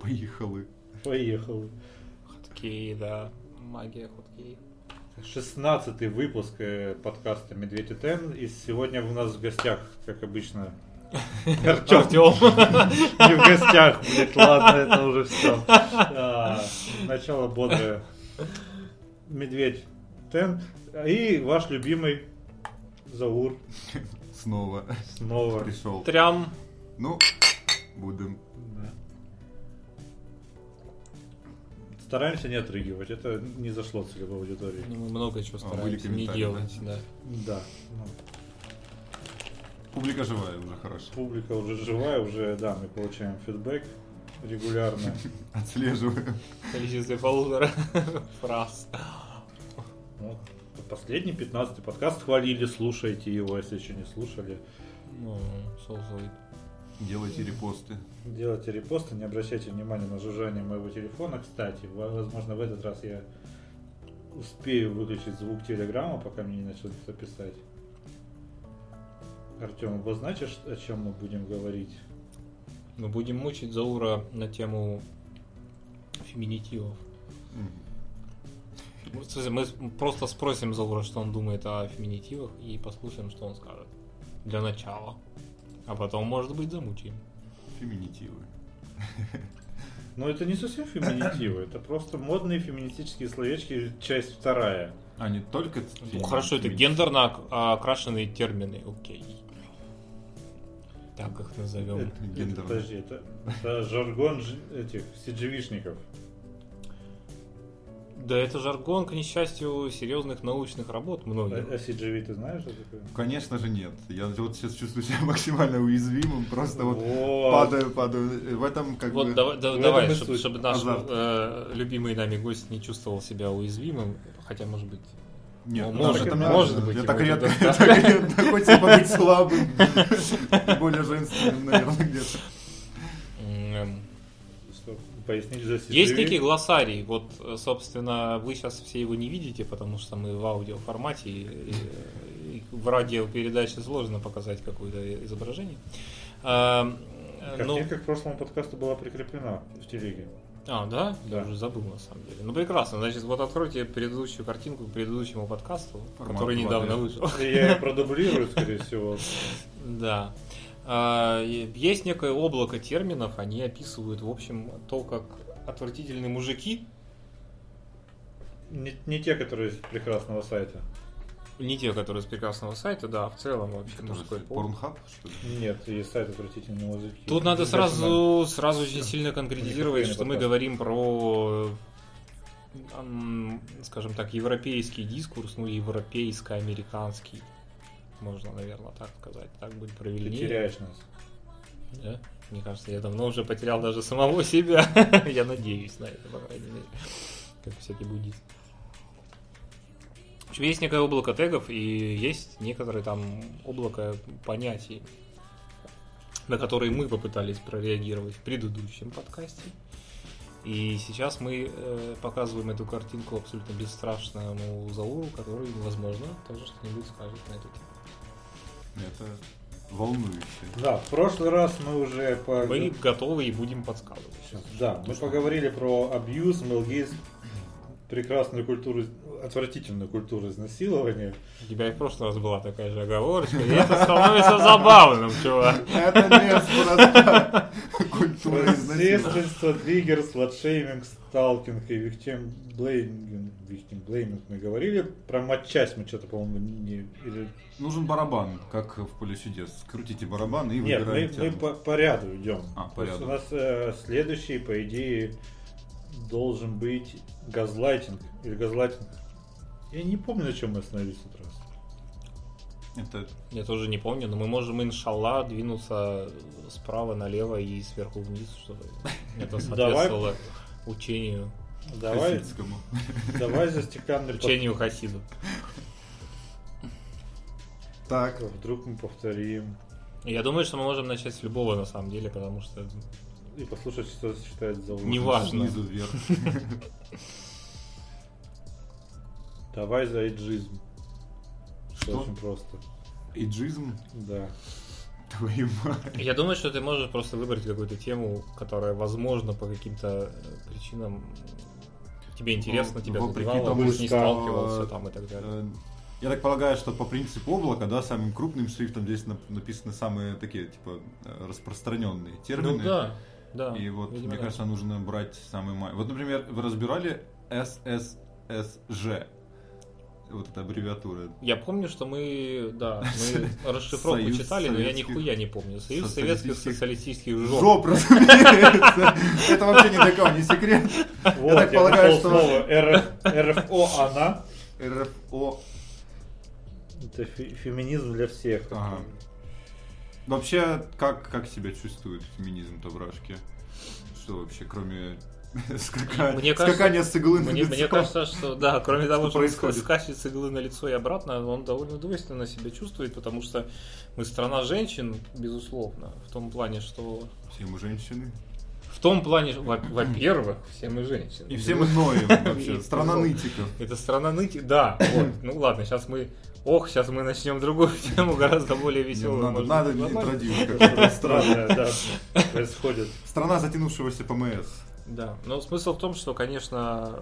Поехали. Хоткей, да. Магия хоткей. 16-й выпуск подкаста «Медведь и Тен». И сегодня у нас в гостях, как обычно, Артём. Не в гостях, блядь, ладно, это уже все. Начало бодрое. Медведь Тен. И ваш любимый Заур. Снова пришел. Трям. Ну, будем. Да. Стараемся не отрыгивать, это не зашло целевой аудитории. Мы много чего стараемся не делать, да. Да. Публика живая, уже хорошо. Публика уже живая, уже, да, мы получаем фидбэк регулярно. Отслеживаем. Количество 1,5 фраз. Вот. Последний 15-й подкаст хвалили, слушайте его, если еще не слушали. Ну, соусовый. Делайте репосты. Делайте репосты, не обращайте внимания на жужжание моего телефона. Кстати, возможно, в этот раз я успею выключить звук телеграмма, пока мне не начал кто писать. Артем, обозначишь, о чем мы будем говорить? Мы будем мучить Заура на тему феминитивов. Мы просто спросим Заура, что он думает о феминитивах, и послушаем, что он скажет. Для начала. А потом, может быть, замучаем. Феминитивы. Но это не совсем феминитивы, это просто модные феминистические словечки, часть вторая. А не только... Ну, хорошо, это гендерно окрашенные термины, окей. Так их назовем. Подожди, это жаргон этих CGV-шников. Да, это жаргон, к несчастью, серьезных научных работ многих. А CGV ты знаешь, что такое? Конечно же нет. Я вот сейчас чувствую себя максимально уязвимым, просто вот падаю. В этом как вот бы... давай, чтобы наш любимый нами гость не чувствовал себя уязвимым, хотя, может быть... Нет, может быть. Я так редко, хочется побыть слабым, более женственным, наверное, где-то. Пояснить за CGV? Есть некий глоссарий, вот, собственно, вы сейчас все его не видите, потому что мы в аудиоформате, и в радиопередаче сложно показать какое-то изображение. Картинка к прошлому подкасту была прикреплена в телеге. А, да? Да. Я уже забыл, на самом деле. Ну, прекрасно. Значит, вот откройте предыдущую картинку к предыдущему подкасту, который недавно вышел. Я ее продублирую, скорее всего. Да. Есть некое облако терминов, они описывают, в общем, то, как отвратительные мужики. Не те, которые с прекрасного сайта. Не те, которые с прекрасного сайта, да, в целом вообще мужской пол. Порнхаб, что ли? Нет, есть сайт отвратительной музыки. Тут надо сразу очень сильно конкретизировать, что мы говорим про, скажем так, европейский дискурс, ну, европейско-американский. Можно, наверное, так сказать. Так будет правильнее. Ты теряешь нас. Да? Мне кажется, я давно уже потерял даже самого себя. Я надеюсь на это, по крайней мере. Как всякий буддист. В общем, есть некое облако тегов, и есть некоторые там облако понятий, на которые мы попытались прореагировать в предыдущем подкасте. И сейчас мы показываем эту картинку абсолютно бесстрашному Зауру, который, возможно, тоже что-нибудь скажет на эту тему. Это волнующе. Да, в прошлый раз мы уже... Мы готовы и будем подсказывать. Да, мы поговорили про абьюз, мэлгейз, прекрасную культуру, отвратительную культуру изнасилования. У тебя и в прошлый раз была такая же оговорочка, и это становится забавным, чувак. Это просто культура изнасилования. Естественство, триггер, сладшейминг, сталкинг и виктимблейминг мы говорили. Про матчасть мы что-то, по-моему, не... Нужен барабан, как в «Поле чудес». Крутите барабан и Нет, выбираете. мы по ряду идем. По ряду. У нас следующий, по идее, должен быть газлайтинг. Или газлайтинг. Я не помню, на чем мы остановились в этот раз. Это... Я тоже не помню, но мы можем, иншалла, двинуться справа налево и сверху вниз, чтобы это соответствовало учению хасидскому. Давай за стеклянный учению хасиду. Так, вдруг мы повторим. Я думаю, что мы можем начать с любого, на самом деле, потому что... И послушать, что считает Заур. Неважно. Снизу вверх. Давай за эйджизм. Что? Очень просто. Эйджизм? Да. Твою мать. Я думаю, что ты можешь просто выбрать какую-то тему, которая, возможно, по каким-то причинам тебе интересно, тебя задевала, тому, ты с ней что, сталкивался там и так далее. Я так полагаю, что по принципу облака, да, самым крупным шрифтом здесь написаны самые такие, типа, распространенные термины. Ну да. И вот, видимо, мне кажется, нужно брать самый маленький. Вот, например, вы разбирали SSSG? Вот эта аббревиатура. Я помню, что мы расшифровку Союз читали, но я советских- нихуя не помню. Союз советских социалистических жоп. Жоп, разумеется. Это вообще ни для кого не секрет. Вот, Я так полагаю, нашел что... слово РФО она. РФО. Это феминизм для всех. Ага. Вообще, как себя чувствует феминизм-то в Рашке? Что вообще, кроме скакания с иглы на лицо? Мне кажется, что да, кроме того, что происходит? скачет с иглы на лицо и обратно, он довольно двойственно себя чувствует, потому что мы страна женщин, безусловно, в том плане, что... Все мы женщины. В том плане, во-первых, все мы женщины. И все мы ноем вообще. Страна нытиков. Это страна нытиков, да. Вот. Ну ладно, сейчас мы начнем другую тему, гораздо более веселую. Надо интродюсировать. Что-то странное, да, происходит. Страна затянувшегося ПМС. Да, но смысл в том, что, конечно,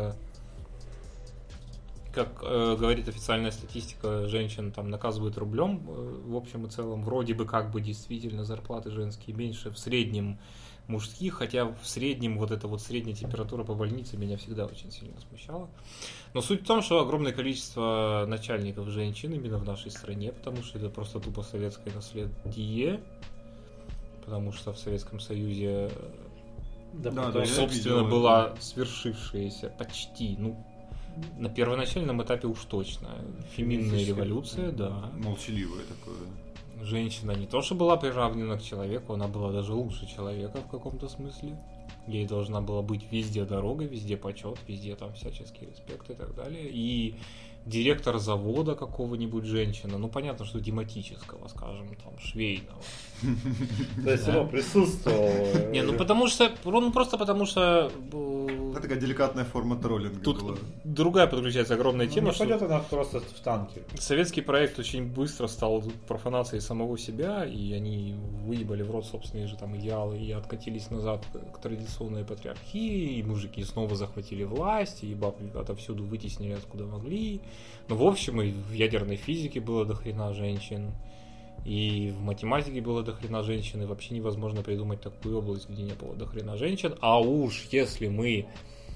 как говорит официальная статистика, женщин там наказывают рублем в общем и целом. Вроде бы как бы действительно зарплаты женские меньше в среднем мужских, хотя в среднем вот эта вот средняя температура по больнице меня всегда очень сильно смущала. Но суть в том, что огромное количество начальников женщин именно в нашей стране, потому что это просто тупо советское наследие, потому что в Советском Союзе, собственно, была свершившаяся почти, на первоначальном этапе уж точно, феминная революция, да. Молчаливое такое. Женщина не то, что была приравнена к человеку, она была даже лучше человека в каком-то смысле. Ей должна была быть везде дорога, везде почет, везде там всяческий респект и так далее. И директор завода какого-нибудь женщина, понятно, что дематического, скажем, там, швейного. То есть оно присутствовало. Не, просто потому что... Это такая деликатная форма троллинга Тут была. другая подключается огромная тема, Не пойдет она просто в танке. Советский проект очень быстро стал профанацией самого себя, и они выебали в рот собственные же там идеалы и откатились назад к традиционной патриархии, и мужики снова захватили власть, и баб отовсюду вытеснили откуда могли. В общем, и в ядерной физике было дохрена женщин, и в математике было дохрена женщин, и вообще невозможно придумать такую область, где не было дохрена женщин. А уж если мы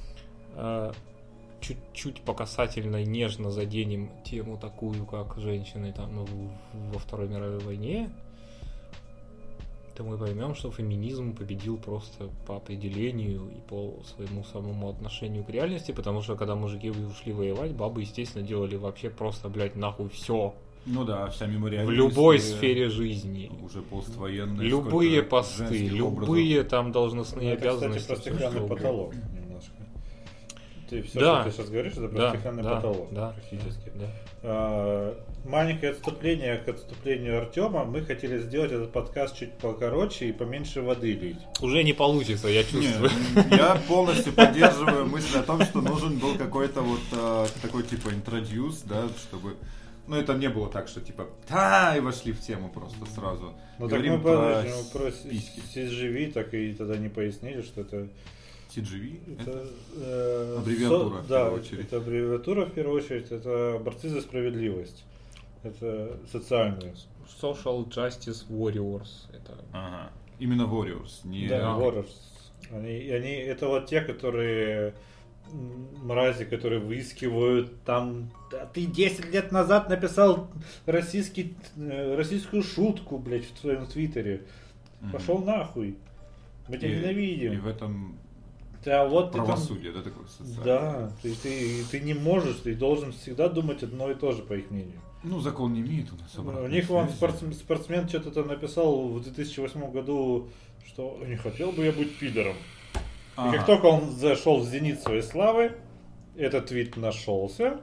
чуть-чуть по касательной нежно заденем тему такую, как женщины там во Второй мировой войне, то мы поймем, что феминизм победил просто по определению и по своему самому отношению к реальности, потому что когда мужики ушли воевать, бабы, естественно, делали вообще просто, нахуй все. Ну да, вся мемориальная в любой история, сфере жизни. Уже постввоенная. Любые посты, любые там должностные обязанности. Это, кстати, про стеклянный потолок немножко. Ты все, да. что ты сейчас говоришь, это про стеклянный потолок практически. Да. Маленькое отступление к отступлению Артема. Мы хотели сделать этот подкаст чуть покороче и поменьше воды лить. Уже не получится, я чувствую. Я полностью поддерживаю мысль о том, что нужен был какой-то вот такой типа introduce, да, чтобы... это не было так, что типа и вошли в тему просто сразу. Ну так мы про CGV так и тогда не пояснили, что это... CGV? Это аббревиатура, в первую очередь. Это аббревиатура, в первую очередь, это борцы за справедливость. Это социальные. Social Justice Warriors. Ага. Именно Warriors, не... Да, Warriors. Они это вот те, которые... мрази, которые выискивают там... Ты 10 лет назад написал российскую шутку, блядь, в своем твиттере. Пошел нахуй. Мы тебя ненавидим. И в этом... правосудие, да, такое социальное. Да, ты не можешь, ты должен всегда думать одно и то же, по их мнению. Закон не имеет у нас обратной У них связи. спортсмен что-то там написал в 2008 году, что не хотел бы я быть пидором. И как только он зашел в зенит своей славы, этот твит нашелся,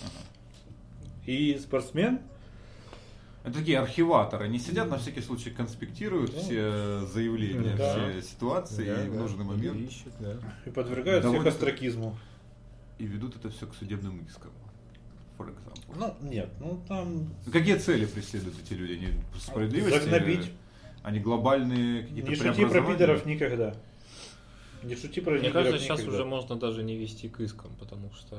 и спортсмен... Это такие архиваторы, они сидят на всякий случай, конспектируют все заявления, все ситуации и в нужный момент. И подвергают всех остракизму. И ведут это все к судебным искам. for example. Ну, нет, там... Какие цели преследуют эти люди? Они справедливости? Загнобить. Они глобальные какие-то Не шути про пидоров никогда. Не шути про Мне пидоров кажется, сейчас никогда. уже можно даже не вести к искам, потому что...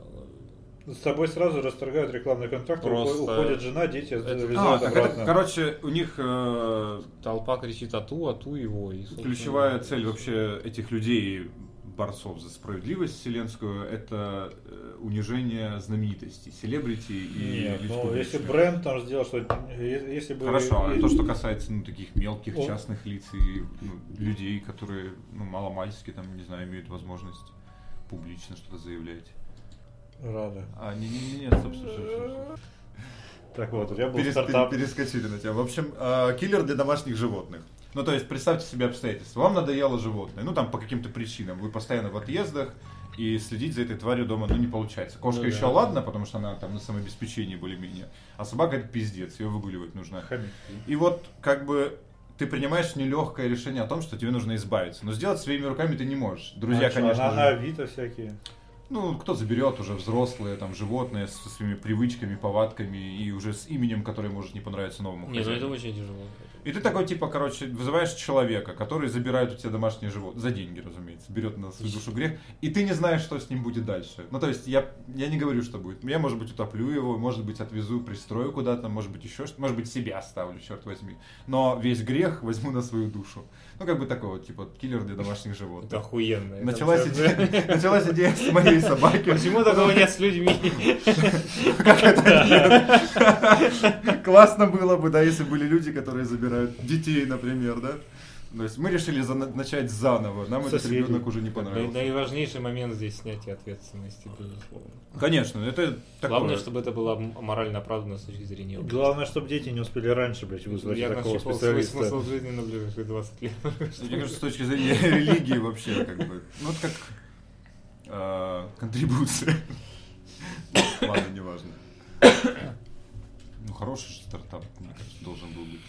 С тобой сразу расторгают рекламный контракт, Просто уходит жена, дети это- вызывают так обратно. это, короче, у них Толпа кричит ату его. И, собственно, ключевая цель вообще этих людей, борцов за справедливость вселенскую, это унижение знаменитостей, селебрити и Нет, лиц ну публичных. если бренд там сделал, что если бы... Хорошо, а то, что касается таких мелких Он- частных лиц и людей, которые маломальски там, не знаю, имеют возможность публично что-то заявлять. Рада. Нет, стоп. Так вот, у тебя был стартап. Перескочили на тебя. В общем, киллер для домашних животных. Ну, то есть, представьте себе обстоятельства. Вам надоело животное, ну, там, по каким-то причинам. Вы постоянно в отъездах, и следить за этой тварью дома, не получается. Кошка Ну, еще да. ладно, потому что она там на самообеспечении более-менее. А собака это пиздец, ее выгуливать нужно. Хомяки. И вот, как бы, ты принимаешь нелегкое решение о том, что тебе нужно избавиться. Но сделать своими руками ты не можешь. Друзья, конечно на же. Авито всякие. Ну, кто заберет уже взрослые, там, животные со своими привычками, повадками и уже с именем, которое может не понравиться новому Нет, ну хозяину. это очень тяжело. И ты такой, типа, короче, вызываешь человека, который забирает у тебя домашнее животное, за деньги, разумеется, берет на свою душу грех, и ты не знаешь, что с ним будет дальше. Ну, то есть, я не говорю, что будет. Я, может быть, утоплю его, может быть, отвезу, пристрою куда-то, может быть, еще что-то, может быть, себя оставлю, черт возьми. Но весь грех возьму на свою душу. Ну, как бы такой вот, типа, киллер для домашних животных. Это охуенно. Началась идея с моей собаки. Почему такого нет с людьми? Как это нет? Классно было бы, да, если были люди, которые забирают детей, например, да? То есть мы решили начать заново, нам этот Соседи. ребенок уже не понравился. Наиважнейший момент здесь снятие ответственности, безусловно. Конечно, это такое. Главное, чтобы это было морально оправдано с точки зрения общества. Главное, чтобы дети не успели раньше, блядь, вызвать Я такого нащупал свой специалиста. смысл жизни на ближайшие 20 лет. Мне кажется, с точки зрения религии вообще, как бы, ну это как контрибуция. Ладно, неважно. Ну, хороший же стартап, мне кажется, должен был быть.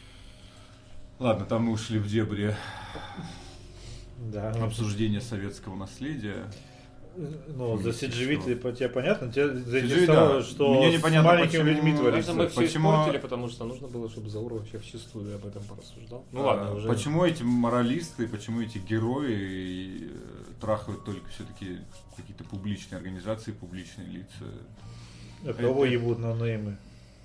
Ладно, там мы ушли в дебри Да. обсуждения советского наследия. Ну, за CGV тебе понятно? Тебе CGV, заинтересовало, да. что Мне с непонятно, маленькими почему- людьми Конечно, творится. мы все Почему- испортили, потому что нужно было, чтобы Заур вообще вчистую об этом порассуждал. Ну ладно, уже. Почему эти моралисты, почему эти герои трахают только все-таки какие-то публичные организации, публичные лица? А кого это- ебут ноунеймы?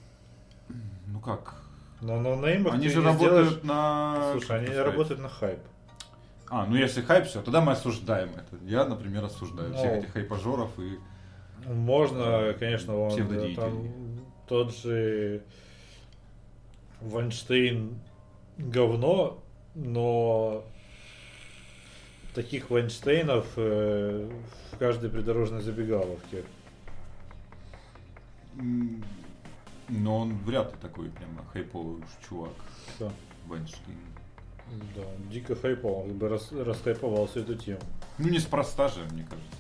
Ну как? Но ноунеймов Они ты же не работают сделаешь- на... Слушай, как они это сказать? работают на хайп. Ну если хайп, все, тогда мы осуждаем это. Я, например, осуждаю Ну. всех этих хайпажоров и... Можно, конечно, вон, Псевдодеятелей. там тот же Вайнштейн говно, но таких Вайнштейнов в каждой придорожной забегаловке. Но он вряд ли такой прямо хайповый уж чувак, Что? Вайнштейн. Да, он дико хайповал, как бы расхайповал всю эту тему. Ну неспроста же, мне кажется.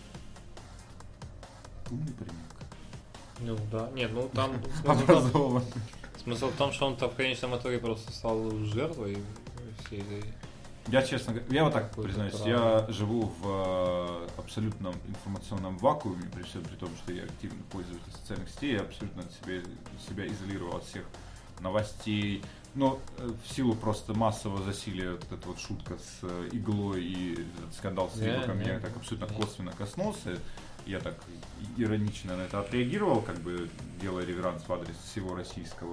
Умный паренек. Ну да, нет, ну там смысл, Образованный. смысл в том, что он-то в конечном итоге просто стал жертвой всей этой... Я, честно говоря, я вот так Какой-то признаюсь, травмы. я живу в абсолютном информационном вакууме, при всем при том, что я активно пользователь социальных сетей, я абсолютно от себя изолировал от всех новостей. Но в силу просто массового засилия вот эта вот шутка с иглой и этот скандал с ребенком меня так абсолютно косвенно коснулся. Я так иронично на это отреагировал, как бы делая реверанс в адрес всего российского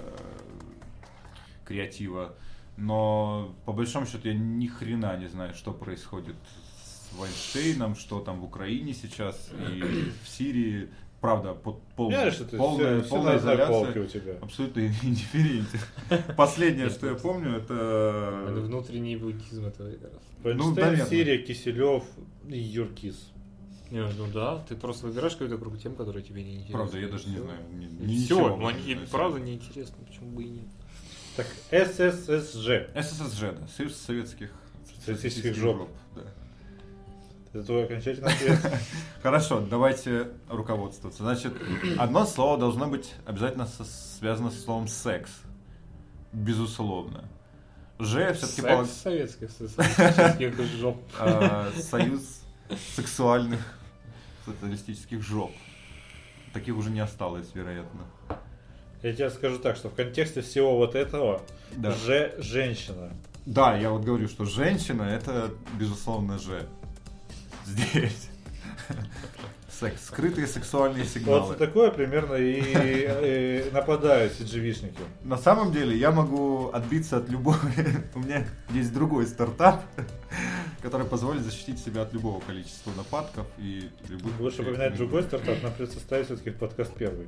креатива. Но по большому счету я ни хрена не знаю, что происходит с Вайнштейном, что там в Украине сейчас и в Сирии. Правда, полная Все на одной изоляция. полке у тебя. Абсолютно индифферентен. Последнее, что я помню, Это это... внутренний буддизм этого как раз. Вайнштейн, наверное. Сирия, Киселев и Юркис. Ну да, ты просто выбираешь какой-то круг тем, которые тебе не интересны. Правда, я даже не Всё. знаю. И ничего все, об этом не знаю. правда неинтересно, почему бы и нет. Так, СССЖ. СССЖ, да, Союз советских Социалистических жоп. Да. Это твой окончательный ответ? Хорошо, давайте руководствоваться. Значит, одно слово должно быть обязательно связано с словом секс. Безусловно. Ж все-таки Секс советских социалистических жоп. союз сексуальных социалистических жоп. таких уже не осталось, вероятно. Я тебе скажу так, что в контексте всего вот этого Да. женщина. Да, я вот говорю, что женщина это, безусловно, здесь. Секс, скрытые сексуальные сигналы. Вот такое примерно и нападают CGV-шники. На самом деле я могу отбиться от любого... У меня есть другой стартап, который позволит защитить себя от любого количества нападков и любых... Лучше поменять другой стартап, нам придется ставить все-таки подкаст первый.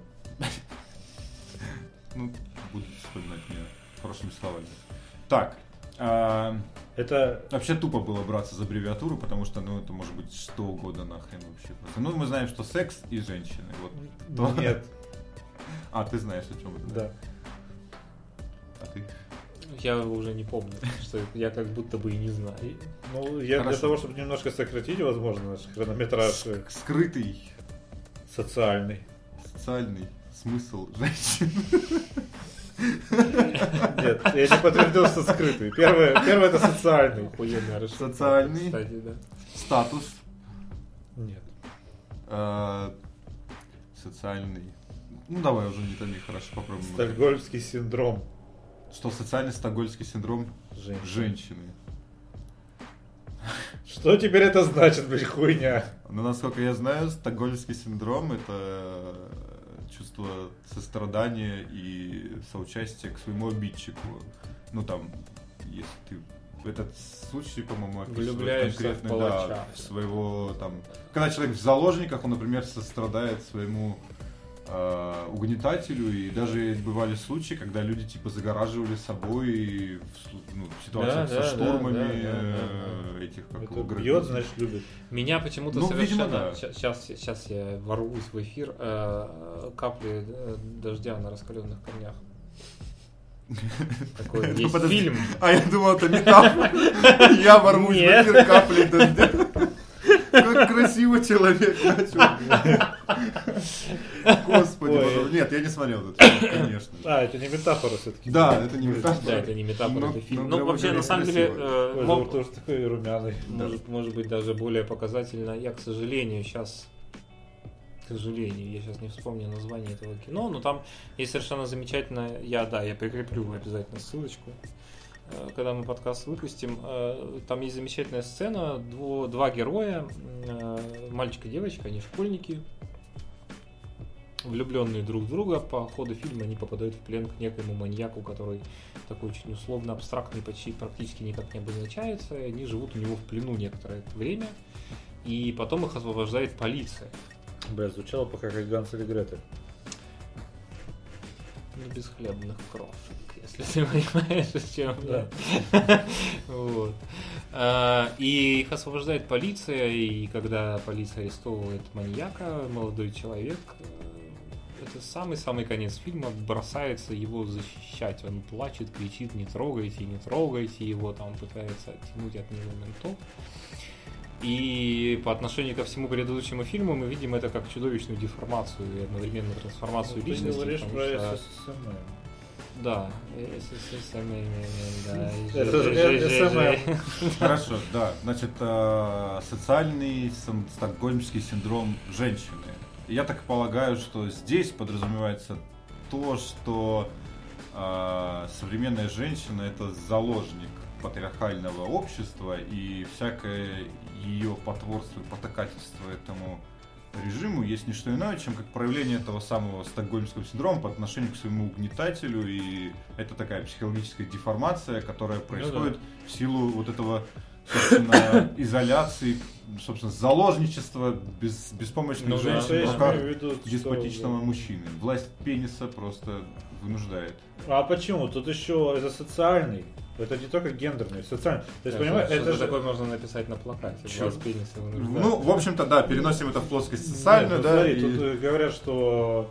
Ну, буду вспоминать меня хорошими словами. Так. Это... Вообще тупо было браться за аббревиатуру, потому что, ну, это может быть что угодно нахрен вообще. Просто. Ну, мы знаем, что секс и женщины. Вот. Нет. А, ты знаешь, о чем это? Да. А ты? Я уже не помню, что я как будто бы и не знаю. Ну, я Хорошо. для того, чтобы немножко сократить, возможно, наш хронометраж Скрытый социальный. социальный смысл женщин. Нет, я не подтвердил, что скрытый. Первое это социальный. Охуенная расшифровка, Социальный. кстати, да. Статус. Нет. Социальный. Ну, давай уже не томи, хорошо, попробуем. Стокгольмский синдром Что социальный стокгольмский синдром женщины. Что теперь это значит, блядь, хуйня? Ну, насколько я знаю, стокгольмский синдром это чувство сострадания и соучастия к своему обидчику. Ну, там, если ты в этот случай, по-моему, описывает Влюбляешься конкретно, в палача. да, в своего, там, когда человек в заложниках, он, например, сострадает своему угнетателю, и даже бывали случаи, когда люди типа загораживали собой в ситуациях со штурмами этих как Это его, бьет, значит, любит. Меня почему-то Ну, совершенно... видимо, да. Сейчас я ворвусь в эфир. Капли дождя на раскаленных камнях. Такой Ну, есть подожди. фильм. А я думал, это метафора. Я ворвусь в Нет. эфир капли дождя. Как красиво человек начал. Господи, Ой. боже. Нет, я не смотрел этот фильм, конечно. А, это не метафора все-таки. Да, это не метафора. Да, это не метафора, Но- это фильм. но Ну, вообще, на самом красиво. деле, Ой, зовут тоже такой румяный. может быть, даже более показательно. Я, к сожалению, сейчас я сейчас не вспомню название этого кино, но там есть совершенно замечательно, я прикреплю обязательно ссылочку, когда мы подкаст выпустим. Там есть замечательная сцена, два героя, мальчик и девочка, они школьники, влюбленные друг в друга. По ходу фильма они попадают в плен к некоему маньяку, который такой очень условно абстрактный, почти практически никак не обозначается. И они живут у него в плену некоторое время, и потом их освобождает полиция. Бля, звучало пока как Ганс или Гретель. Ну, без хлебных крошек, если ты понимаешь, о чем я. Вот. И их освобождает полиция, и когда полиция арестовывает маньяка, молодой человек, это самый-самый конец фильма, бросается его защищать. Он плачет, кричит: не трогайте его, там пытается оттянуть от него ментов. И по отношению ко всему предыдущему фильму мы видим это как чудовищную деформацию и одновременно трансформацию Ты личности. говоришь потому про что- СССР. Да, СССР, да. Это же СММ. Хорошо, да. Значит, социальный стокгольмский синдром женщины. Я так полагаю, что здесь подразумевается то, что современная женщина это заложник патриархального общества, и всякое ее потворство и потакательство этому режиму есть не что иное, чем как проявление этого самого стокгольмского синдрома по отношению к своему угнетателю, и это такая психологическая деформация, которая происходит в силу вот этого, собственно, изоляции, собственно, заложничества беспомощных женщин в руках деспотичного мужчины. Власть пениса просто вынуждает. А почему? Тут еще это социальный. Это не только гендерный, социальный. То есть, понимаешь, это же... такое можно написать на плакате. Чёрт. Власть пениса вынуждает. Ну, в общем-то, да, переносим это в плоскость социальную, Нет, ну, да. смотри, и- тут говорят, что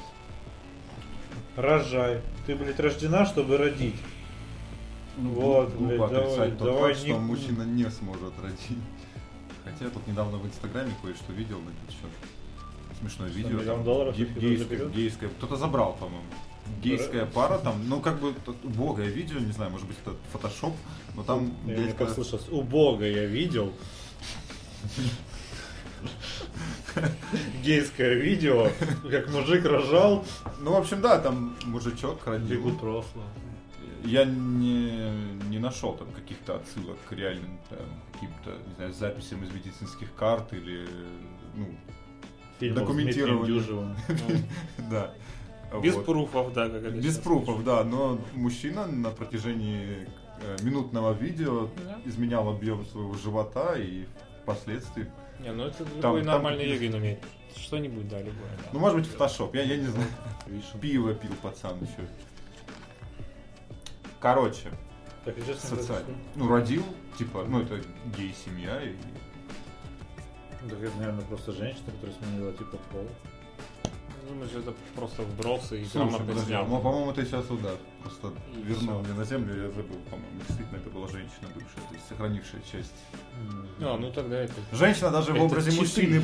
рожай. Ты, блядь, рождена, чтобы родить. Вот, блядь, глупо отрицать тот давай факт, не- что мужчина не сможет родить. Хотя я тут недавно в Инстаграме кое-что видел на этот счет. Смешное видео. $1 там, миллион выкидывают вперед? гейская, кто-то забрал, по-моему. Гейская пара там, ну как бы убогое видео, не знаю, может быть это фотошоп, но там Я не дядька- послышался. Убого я видел. гейское видео, как мужик рожал. Ну, в общем, да, там мужичок родил. Бегут прошлое. Я не нашел там каких-то отсылок к реальным там, каким-то, не знаю, записям из медицинских карт или документированию. Да. Без пруфов, да, как это. Без пруфов, да, но мужчина на протяжении минутного видео изменял объем своего живота и впоследствии. Не, ну это любой нормальный Евгений умеет. Что-нибудь, да, любой. Да. Ну, может быть, фотошоп, я не знаю. Пиво пил пацан еще. Короче, социально. Ну, родил, типа, это гей-семья и... Да, это, наверное, просто женщина, которая сменила типа пол. Думаю, что это просто вброс и Слушай, грамотно подожди, снял. по-моему, ты сейчас туда просто И вернул всё. меня на землю, я забыл, по-моему, действительно, это была женщина бывшая, то есть сохранившая часть. Ну тогда это... Женщина даже в Это образе читы. мужчины.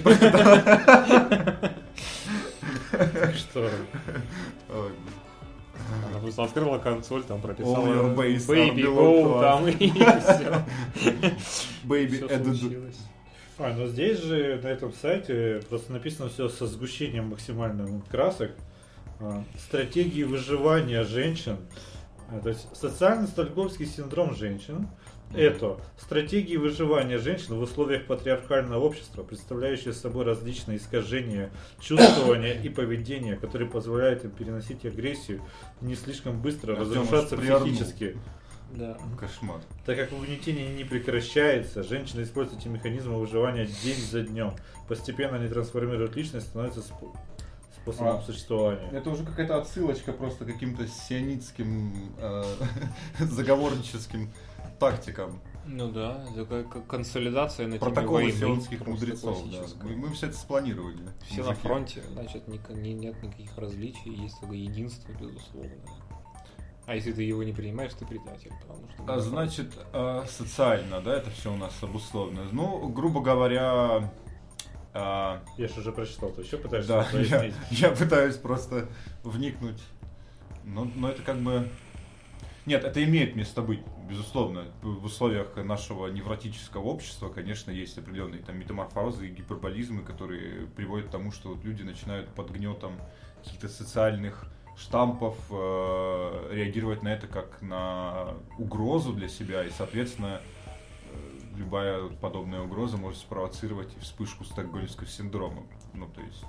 Что? Ой, Она просто открыла консоль, там прописала All your base are Baby below Go, us. там и все. Baby Всё added. случилось. Но здесь же на этом сайте просто написано все со сгущением максимальным красок. Стратегии выживания женщин. То есть социально-стокгольмский синдром женщин. Это стратегии выживания женщин в условиях патриархального общества, представляющие собой различные искажения чувствования и поведения, которые позволяют им переносить агрессию и не слишком быстро Артём разрушаться аж приорнул. психически. Да. Кошмар. Так как угнетение не прекращается, женщины используют эти механизмы выживания день за днем. Постепенно они трансформируют личность, становятся способом существования. Это уже какая-то отсылочка просто к каким-то сионистским заговорническим тактикам. Ну да, это как консолидация на теме Протоколы войны. сионских просто мудрецов. Да. классическая. Мы все это спланировали. Все на мужики. фронте, значит, нет никаких различий, есть только единство, безусловно. А если ты его не принимаешь, ты предатель, потому что... А значит, социально, да, это все у нас обусловлено. Ну, грубо говоря, Я же уже прочитал, ты еще пытаешься да, пояснить? я пытаюсь просто вникнуть. Но это как бы... Нет, это имеет место быть, безусловно. В условиях нашего невротического общества, конечно, есть определенные там метаморфозы и гиперболизмы, которые приводят к тому, что вот люди начинают под гнетом каких-то социальных штампов реагировать на это как на угрозу для себя, и, соответственно, любая подобная угроза может спровоцировать вспышку стокгольмского синдрома. Ну, то есть...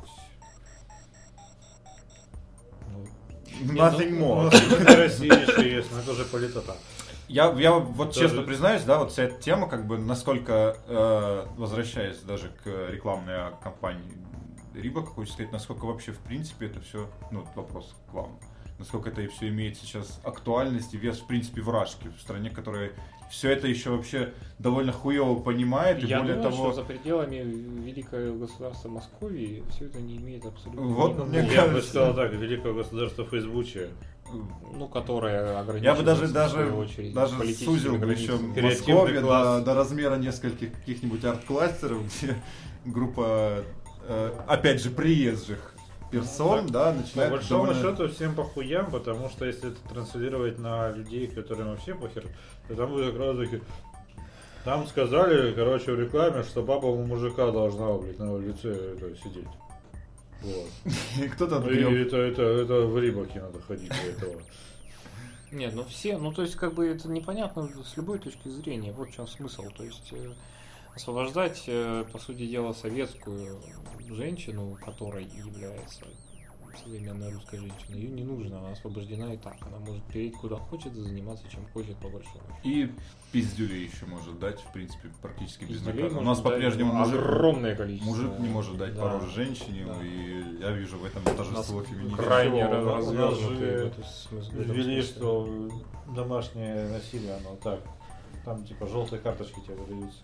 Nothing more. В России еще есть, но это уже политота. Я вот Тоже- честно признаюсь, да, вот вся эта тема, как бы, насколько, возвращаясь даже к рекламной кампании Рибок, хочется сказать, насколько вообще, в принципе, это все, вопрос к вам, насколько это все имеет сейчас актуальность и вес, в принципе, в Рашке, в стране, которая все это еще вообще довольно хуево понимает, и Я более думаю, того... что за пределами великого государства Московии все это не имеет абсолютно Вот, никакого... мне Я бы кажется- сказал так, великое государство Фейсбуче. Ну, которое ограничивается, Я бы в свою очередь, даже политическими сузил бы еще границами. Креативный Москве класс. до размера нескольких каких-нибудь арт-кластеров, где группа, опять же, приезжих персон, да, По начинает большому довольно- счету всем похуям, потому что если это транслировать на людей, которым вообще похер, то там будет как раз таки... Там сказали, короче, в рекламе, что баба у мужика должна, блядь, на лице сидеть. Вот. И кто-то И отгреб. это в Рибаке надо ходить для этого. Нет, ну все, то есть как бы это непонятно с любой точки зрения, вот в чем смысл, то есть освобождать, по сути дела, советскую женщину, которой является современная русская женщина, ее не нужно, она освобождена и так, она может перейти куда хочет и заниматься чем хочет по большому счету. И пиздюлей еще может дать, в принципе, практически Пиздюлей безнаказанно. У можно нас дать по-прежнему мужик, огромное количество. мужик не может дать Да. по роже женщине, Да. и я вижу в этом торжество феминизма. Крайне Всего, у нас развернутые же в этом смысле. Ввели, что домашнее насилие, оно так. Там типа желтые карточки тебе выдаются.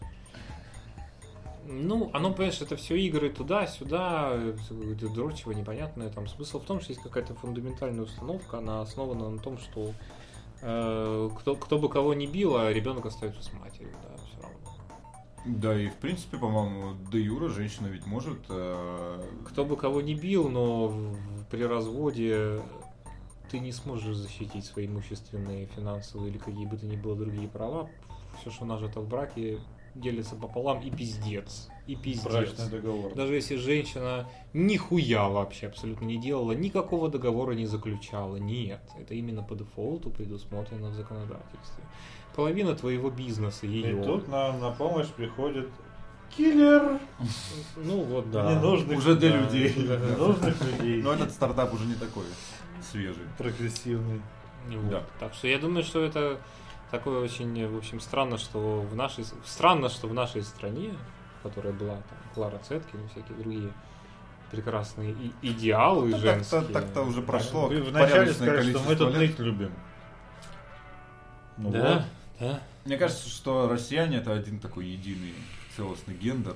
Ну, оно, понимаешь, это все игры туда-сюда, какое-то дрочево непонятное. Там смысл в том, что есть какая-то фундаментальная установка, она основана на том, что кто бы кого ни бил, а ребенок остается с матерью, да, все равно. Да, и в принципе, по-моему, де юра женщина ведь может... Кто бы кого ни бил, но при разводе ты не сможешь защитить свои имущественные, финансовые или какие бы то ни было другие права. Все, что нажито в браке, делится пополам и пиздец. И пиздец. Брачный договор. Даже если женщина нихуя вообще абсолютно не делала, никакого договора не заключала, нет. Это именно по дефолту предусмотрено в законодательстве. Половина твоего бизнеса ее. И тут нам на помощь приходит киллер. Ну вот да. Ненужных, Уже для да, людей. Ненужных людей. Но этот стартап уже не такой свежий. Прогрессивный. Вот. Да. Так что я думаю, что это такое очень, в общем, странно, что в нашей стране, которая была там Клара Цеткин и всякие другие прекрасные идеалы Ну, женские. Так-то уже прошло. Вы вначале порядочное сказали, что мы количество тут лет. ныть любим. Ну Да, вот. да. Мне кажется, что россияне это один такой единый целостный гендер.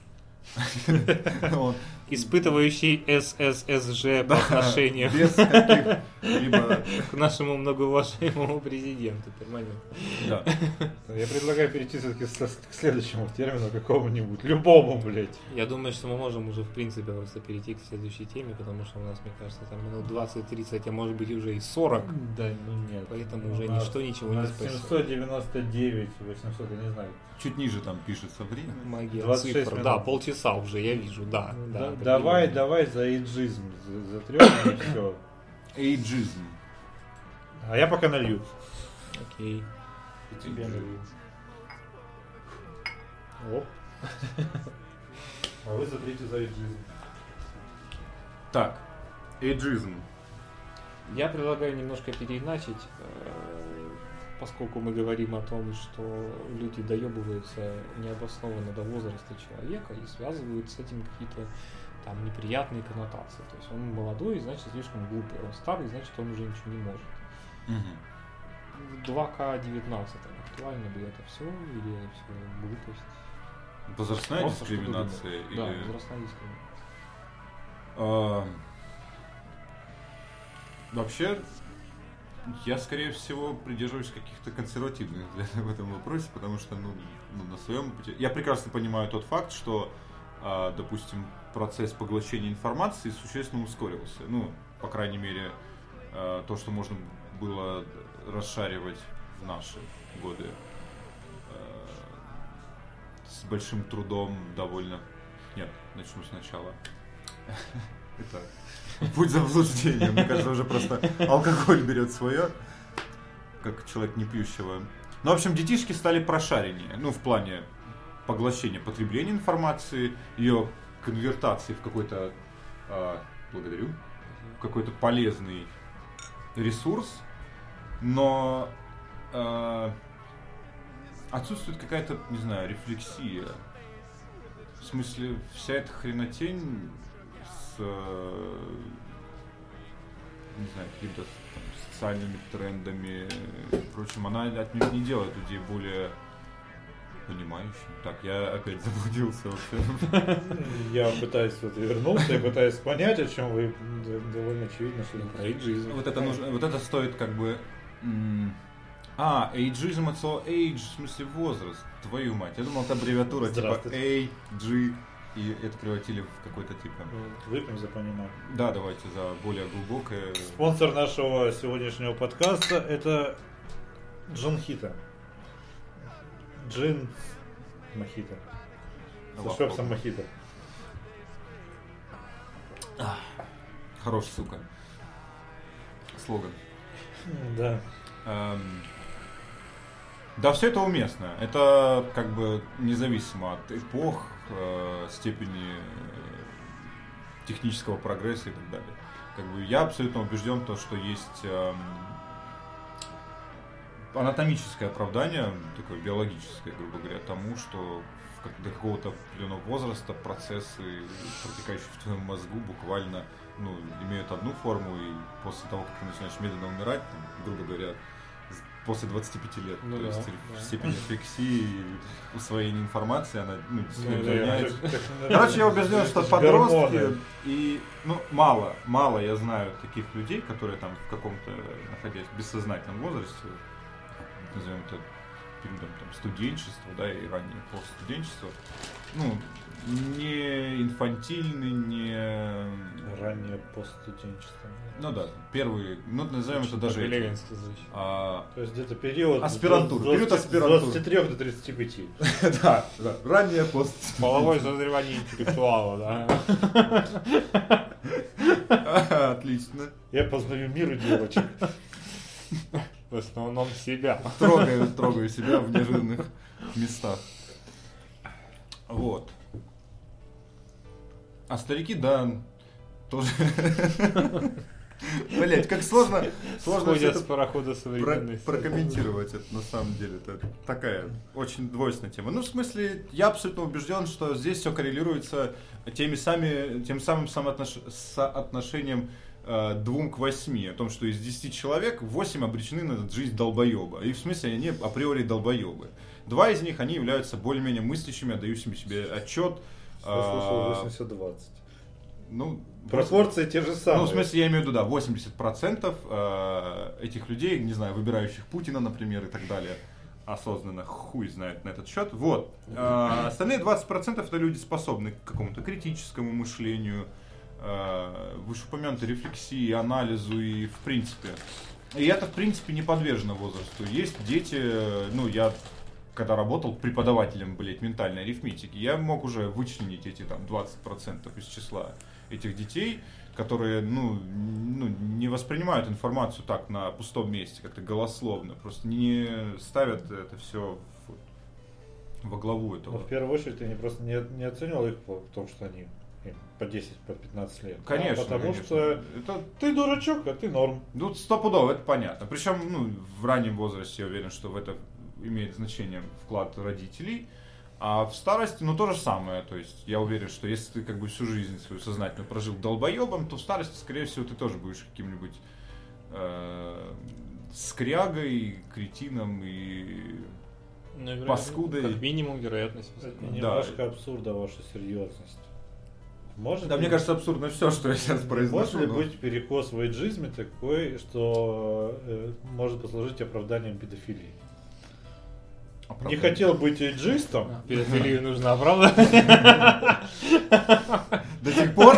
Он Испытывающий СССЖ по отношению без каких-либо... к нашему многоуважаемому президенту перманентно. Да. Я предлагаю перейти все-таки к следующему термину какому-нибудь. Любому, блядь. Я думаю, что мы можем уже, в принципе, просто перейти к следующей теме, потому что у нас, мне кажется, там минут 20-30, а может быть уже и 40. Да, ну нет. Поэтому У уже нас- ничто ничего у не нас спасет. 799, 800, я не знаю. Чуть ниже там пишется время. Магия 26 цифр. минут. Да, полчаса уже, я вижу, да. Да, определенно. давай за эйджизм затрем и все. Эйджизм. А я пока налью. Окей. И тебе налью. Оп. А вы затрите за эйджизм. Так, эйджизм. Я предлагаю немножко переиначить, поскольку мы говорим о том, что люди доебываются необоснованно до возраста человека и связывают с этим какие-то там неприятные коннотации. То есть он молодой, значит слишком глупый, он старый, значит он уже ничего не может. В 2К19 актуально ли это все или это все глупость? Возрастная Просто что дискриминация думать. Да, или... возрастная дискриминация. Вообще, я, скорее всего, придерживаюсь каких-то консервативных взглядов в этом вопросе, потому что, на своем пути... Я прекрасно понимаю тот факт, что, допустим, процесс поглощения информации существенно ускорился. Ну, по крайней мере, то, что можно было расшаривать в наши годы с большим трудом довольно... Нет, начну сначала. Это путь заблуждения. Мне кажется, уже просто алкоголь берет свое, как человек не пьющего. Ну, в общем, детишки стали прошареннее. Ну, в плане поглощения, потребления информации, ее конвертации в какой-то, благодарю, в какой-то полезный ресурс. Но отсутствует какая-то, не знаю, рефлексия. В смысле, вся эта хренотень с, не знаю, какими-то там социальными трендами и прочим, она отнюдь не делает людей более понимающими. Так, я опять заблудился вообще. Я пытаюсь вернуться и пытаюсь понять, о чем вы довольно очевидно, что Про эйджизм. Вот это нужно, вот это стоит как бы... эйджизм от слова age, в смысле возраст. Твою мать. Я думал, это аббревиатура типа Здравствуйте. AG, и это превратили в какой-то типа... Выпьем за понимание. Да, давайте за более глубокое... Спонсор нашего сегодняшнего подкаста — это Джонхита. Джин Мохито. Со швепсом Мохито. Хороший, сука. Слоган. Да. Да, все это уместно. Это как бы независимо от эпох, степени технического прогресса и так далее. Как бы я абсолютно убежден в том, что есть анатомическое оправдание, такое биологическое, грубо говоря, тому, что до какого-то определенного возраста процессы, протекающие в твоем мозгу, буквально имеют одну форму, и после того, как ты начинаешь медленно умирать, там, грубо говоря, после 25 лет, то есть степень рефлексии и усвоения информации, она меняется. Короче, я убежден, что подростки и мало я знаю таких людей, которые там в каком-то, находясь в бессознательном возрасте, назовем это периодом там, студенчества, да, и ранее постстуденчества, не инфантильный, не... Раннее постстуденчество. Ну да, первый, назовем это даже... Ленинский То есть где-то период... Аспирантура, период аспирантуры. С 23 до 35. Да, раннее пост. Половое созревание интеллектуала, да. Отлично. Я познаю мир и девочек. В основном себя. Трогаю себя в неожиданных местах. Вот. А старики, да, тоже... Блять, как сложно Сходят с парохода современности. прокомментировать это, на самом деле. Это такая очень двойственная тема. Ну, в смысле, я абсолютно убежден, что здесь все коррелируется тем самым соотношением 2 к 8. О том, что из 10 человек 8 обречены на жизнь долбоеба. И в смысле, они априори долбоебы. 2 из них, они являются более-менее мыслящими, отдающими себе отчет. 80-20. Ну, пропорции те же самые. Ну, в смысле, я имею в виду, да, 80% этих людей, не знаю, выбирающих Путина, например, и так далее, осознанно, хуй знает на этот счет. Вот. Остальные 20% это люди, способные к какому-то критическому мышлению, вышеупомянутой рефлексии, анализу и в принципе. И это, в принципе, не подвержено возрасту. Есть дети, я когда работал преподавателем, ментальной арифметики, я мог уже вычленить эти там 20% из числа этих детей, которые, не воспринимают информацию так на пустом месте, как-то голословно, просто не ставят это все во главу этого. В первую очередь ты просто не оценивал их по тому, что они по 10, по 15 лет. Конечно, потому что ты дурачок, а ты норм. Ну, стопудово, это понятно. Причем, в раннем возрасте я уверен, что в это имеет значение вклад родителей. А в старости, то же самое. То есть я уверен, что если ты всю жизнь свою сознательно прожил долбоебом, то в старости, скорее всего, ты тоже будешь каким-нибудь скрягой, кретином и паскудой. Как минимум, вероятность. Немножко абсурда ваша серьезность. Мне кажется, абсурдно все, что я сейчас произношу. Может ли быть перекос в эйджизме такой, что может послужить оправданием педофилии? Не хотел быть эйджистом. Педофилию нужно оправдать. До сих пор?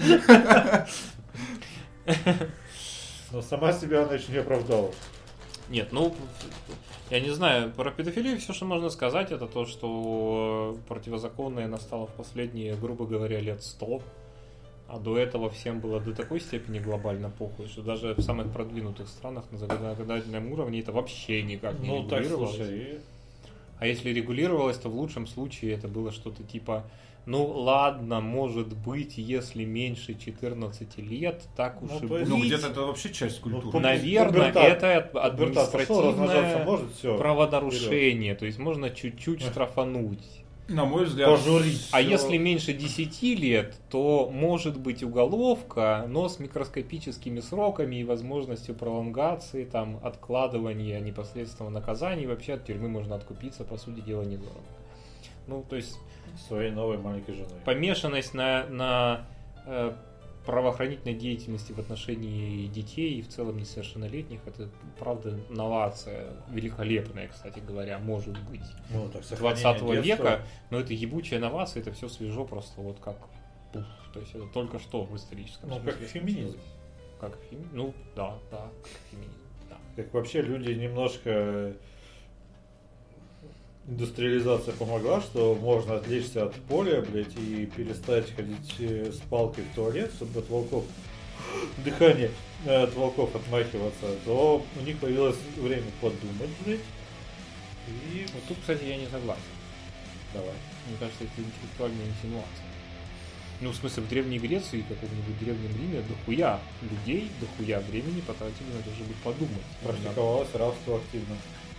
Но сама себя она еще не оправдала. Нет, я не знаю, про педофилию все, что можно сказать, это то, что противозаконное настало в последние, грубо говоря, лет 100. А до этого всем было до такой степени глобально похуй, что даже в самых продвинутых странах на законодательном уровне это вообще никак не регулировалось. А если регулировалось, то в лучшем случае это было что-то типа, ладно, может быть, если меньше 14 лет, так уж и быть. Где-то это вообще часть культуры. Наверное, это административное правонарушение, то есть можно чуть-чуть штрафануть. На мой взгляд, пожурить. А если меньше 10 лет, то может быть уголовка, но с микроскопическими сроками и возможностью пролонгации, откладывания непосредственного наказания, и вообще от тюрьмы можно откупиться, по сути дела, недорого. То есть своей новой маленькой женой. Помешанность на правоохранительной деятельности в отношении детей и в целом несовершеннолетних, это, правда, новация великолепная, кстати говоря, может быть, 20 века, но это ебучая новация, это все свежо просто то есть это только что в историческом смысле. Как феминизм. Как феминизм? Да, как феминизм. Да. Как вообще люди немножко... Индустриализация помогла, что можно отвлечься от поля, и перестать ходить с палкой в туалет, чтобы от волков дыхание от волков отмахиваться, то у них появилось время подумать, И тут, кстати, я не согласен. Давай. Мне кажется, это интеллектуальная инсинуация. В смысле, в Древней Греции и каком-нибудь Древнем Риме дохуя людей, дохуя времени потратили на то, чтобы подумать. Практиковалось рабство активно.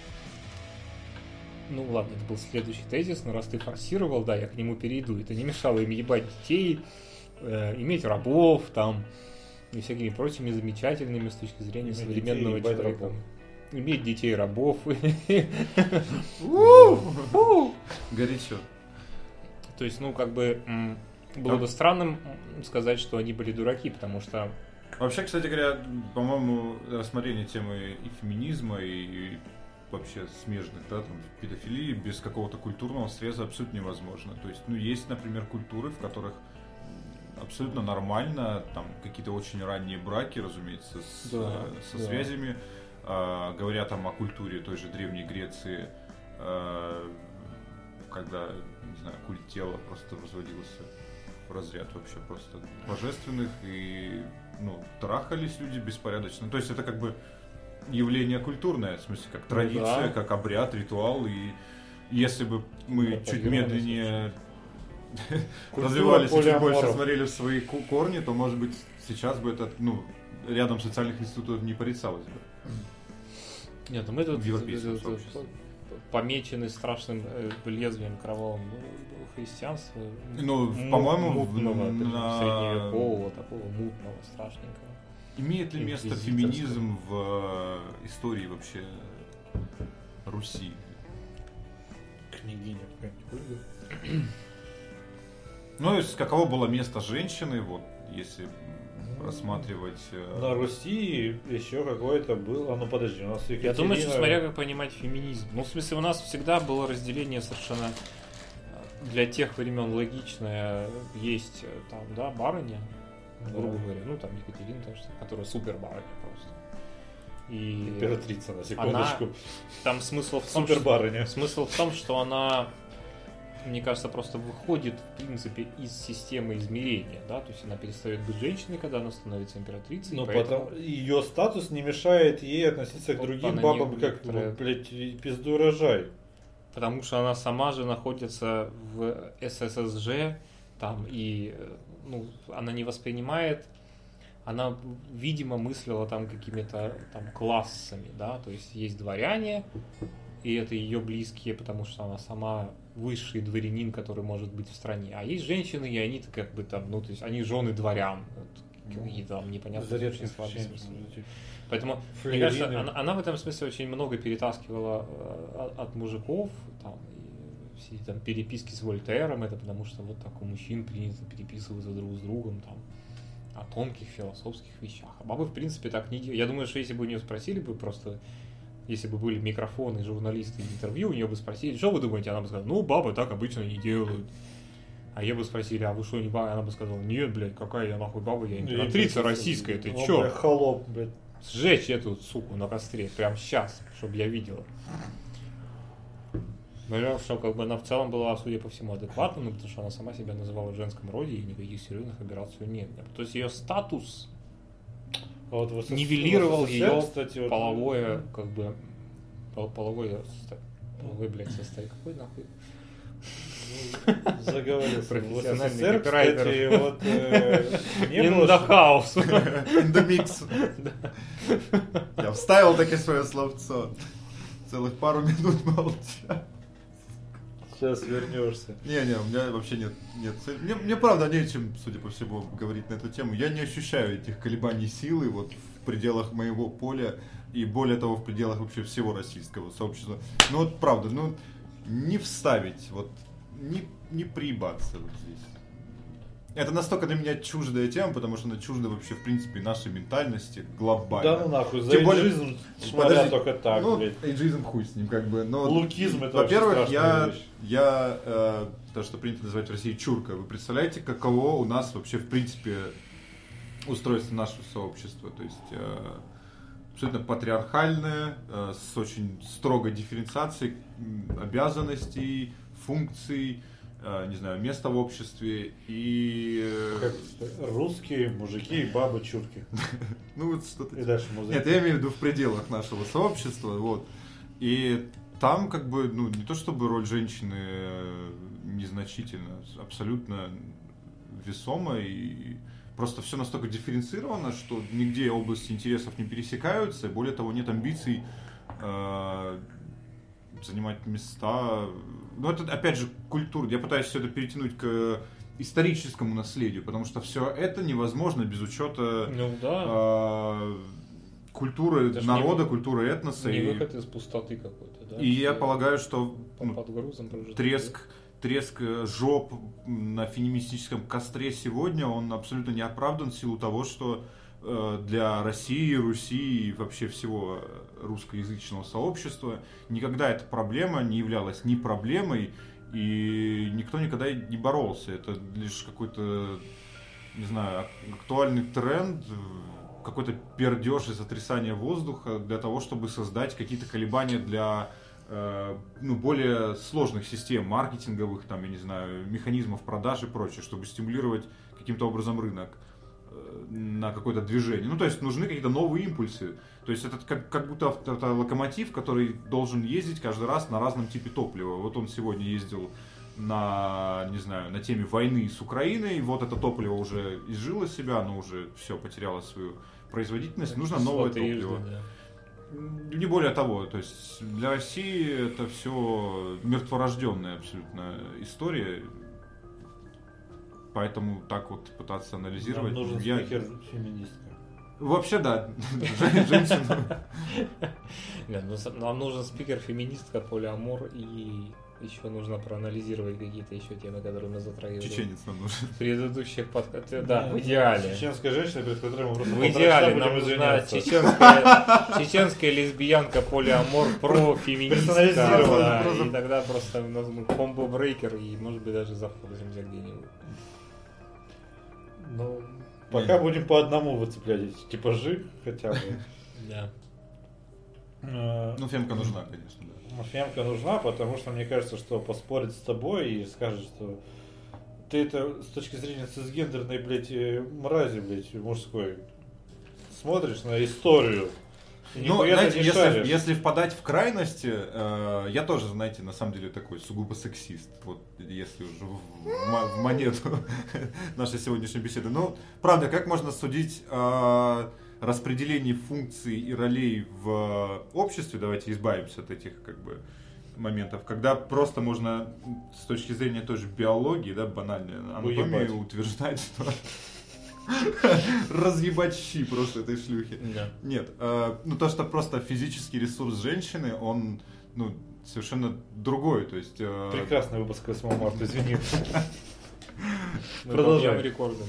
Ладно, это был следующий тезис, но раз ты форсировал, да, я к нему перейду. Это не мешало им ебать детей, иметь рабов, и всякими прочими замечательными с точки зрения иметь современного человека. Иметь детей и рабов. Горячо. То есть, было бы странным сказать, что они были дураки, потому что... Вообще, кстати говоря, по-моему, рассмотрение темы и феминизма, и вообще смежных, да, там, педофилии без какого-то культурного среза абсолютно невозможно. То есть, ну, есть, например, культуры, в которых абсолютно нормально, там, какие-то очень ранние браки, разумеется, со связями, говоря там о культуре той же Древней Греции, когда, не знаю, культ тела просто возводился в разряд вообще просто божественных, и, ну, трахались люди беспорядочно. То есть это как бы явление культурное, в смысле, как традиция, как обряд, ритуал, и если бы мы чуть медленнее развивались и чуть больше смотрели в свои корни, то, может быть, сейчас бы это, ну, рядом социальных институтов не порицалось бы. Нет, мы тут помечены страшным лезвием кровавым христианства. Ну, по-моему, средневекового, такого мутного, страшненького. Имеет ли место феминизм в истории вообще Руси? Княгиня какая-нибудь. Ну, каково было место женщины, вот, если рассматривать... На Руси еще какое-то было... Ну, подожди, у нас Екатерина... Я думаю, что смотря как понимать феминизм. Ну, в смысле, у нас всегда было разделение совершенно для тех времен логичное. Есть там, да, барыня, грубо говоря, ну, там Екатерина, которая супер барыня просто. И императрица, на секундочку. Там смысл в том, что она, мне кажется, просто выходит, в принципе, из системы измерения, да, то есть она перестает быть женщиной, когда она становится императрицей. Но поэтому ее статус не мешает ей относиться к другим бабам, как, блядь, пизду рожай. Потому что она сама же находится в СССЖ, там, и, ну, она не воспринимает, она, видимо, мыслила там какими-то там классами, да, то есть есть дворяне, и это ее близкие, потому что она сама высший дворянин, который может быть в стране. А есть женщины, и они-то как бы там, ну, то есть они жены дворян, какие-то там непонятные существа. Поэтому, мне кажется, она в этом смысле очень много перетаскивала от мужиков, там, и все там переписки с Вольтером, это потому что вот так у мужчин принято переписываться друг с другом, там, о тонких философских вещах. А бабы, в принципе, так не делают. Я думаю, что если бы у нее спросили бы просто, если бы были микрофоны, журналисты и интервью, у нее бы спросили, что вы думаете? Она бы сказала, ну, бабы так обычно не делают. А я бы спросили, а вы что, не баба? Она бы сказала, нет, блядь, какая я нахуй баба, я императрица российская, ты чё? Бля, холоп, блядь. Сжечь эту суку на костре прямо сейчас, чтобы я видела. Наверное, что как бы она в целом была, судя по всему, адекватна, потому что она сама себя называла в женском роде, и никаких серьезных операций у нее нет. То есть ее статус нивелировал ее половое, как бы, половое, блядь, состояние. Какой нахуй? Заговорился. Профессиональный СССР, кстати, вот не In the house. In the mix. Я вставил таки свое словцо. Целых пару минут молча. Сейчас вернешься. Не, у меня вообще нет. Мне правда нечем, судя по всему, говорить на эту тему. Я не ощущаю этих колебаний силы вот в пределах моего поля и более того в пределах вообще всего российского сообщества. Ну вот правда, ну не вставить, вот не приебаться вот здесь. Это настолько для меня чуждая тема, потому что она чужда вообще, в принципе, нашей ментальности глобально. Да ну нахуй, за эйджизм смотря только так, ну, блядь. Эйджизм хуй с ним, как бы. Но, лукизм это во-первых, я то, что принято называть в России чурка. Вы представляете, каково у нас вообще, в принципе, устройство нашего сообщества? То есть абсолютно патриархальное, с очень строгой дифференциацией обязанностей, функций, не знаю, место в обществе и... Русские, мужики и бабы чурки. Ну вот что-то... И дальше музыка. Нет, я имею в виду в пределах нашего сообщества, вот. И там как бы, ну, не то чтобы роль женщины незначительна, абсолютно весома, и просто все настолько дифференцировано, что нигде области интересов не пересекаются, и более того, нет амбиций занимать места. Но это, опять же, культура. Я пытаюсь все это перетянуть к историческому наследию, потому что все это невозможно без учета культуры народа, культуры этноса. Не выход из пустоты какой-то, да? И я полагаю, что под грузом треск жоп на феминистическом костре сегодня, он абсолютно не оправдан в силу того, что для России, Руси и вообще всего русскоязычного сообщества. Никогда эта проблема не являлась ни проблемой, и никто никогда не боролся. Это лишь какой-то, не знаю, актуальный тренд, какой-то пердеж и сотрясание воздуха для того, чтобы создать какие-то колебания для более сложных систем маркетинговых, там, я не знаю, механизмов продаж и прочее, чтобы стимулировать каким-то образом рынок на какое-то движение. Ну, то есть нужны какие-то новые импульсы. То есть это как будто это локомотив, который должен ездить каждый раз на разном типе топлива. Вот он сегодня ездил на, не знаю, на теме войны с Украиной, вот это топливо уже изжило себя, оно уже все потеряло свою производительность, нужно новое топливо. Не более того, то есть для России это все мертворожденная абсолютно история, поэтому так вот пытаться анализировать. Нам нужен спикер феминистка. Вообще да, женщина. Нам нужен спикер феминистка, полиамор, и еще нужно проанализировать какие-то еще темы, которые мы затрагивали. Чеченец нам нужен. В предыдущих подкастах. Да, в идеале. Чеченская женщина, перед которой мы просто в идеале нам нужна чеченская лесбиянка полиамор профеминистка. И тогда просто у нас комбо-брейкер, и может быть даже заходимся где-нибудь. Ну, пока будем по одному выцеплять эти типажи хотя бы. Да. Ну, фемка нужна, конечно, да. Фемка нужна, потому что мне кажется, что поспорить с тобой и скажет, что ты это с точки зрения цисгендерной, блядь, мрази, блядь, мужской, смотришь на историю. Ну, знаете, если впадать в крайности, я тоже, знаете, на самом деле такой сугубо сексист. Вот если уже в монету нашей сегодняшней беседы. Ну, правда, как можно судить о распределении функций и ролей в обществе? Давайте избавимся от этих как бы моментов, когда просто можно с точки зрения той же биологии, да, банальной анатомии утверждать, что разъебать щи просто этой шлюхи. Да. Нет, ну то, что просто физический ресурс женщины, он, ну, совершенно другой, то есть... Прекрасный выпуск 8 марта, извини. Продолжаем рекордом.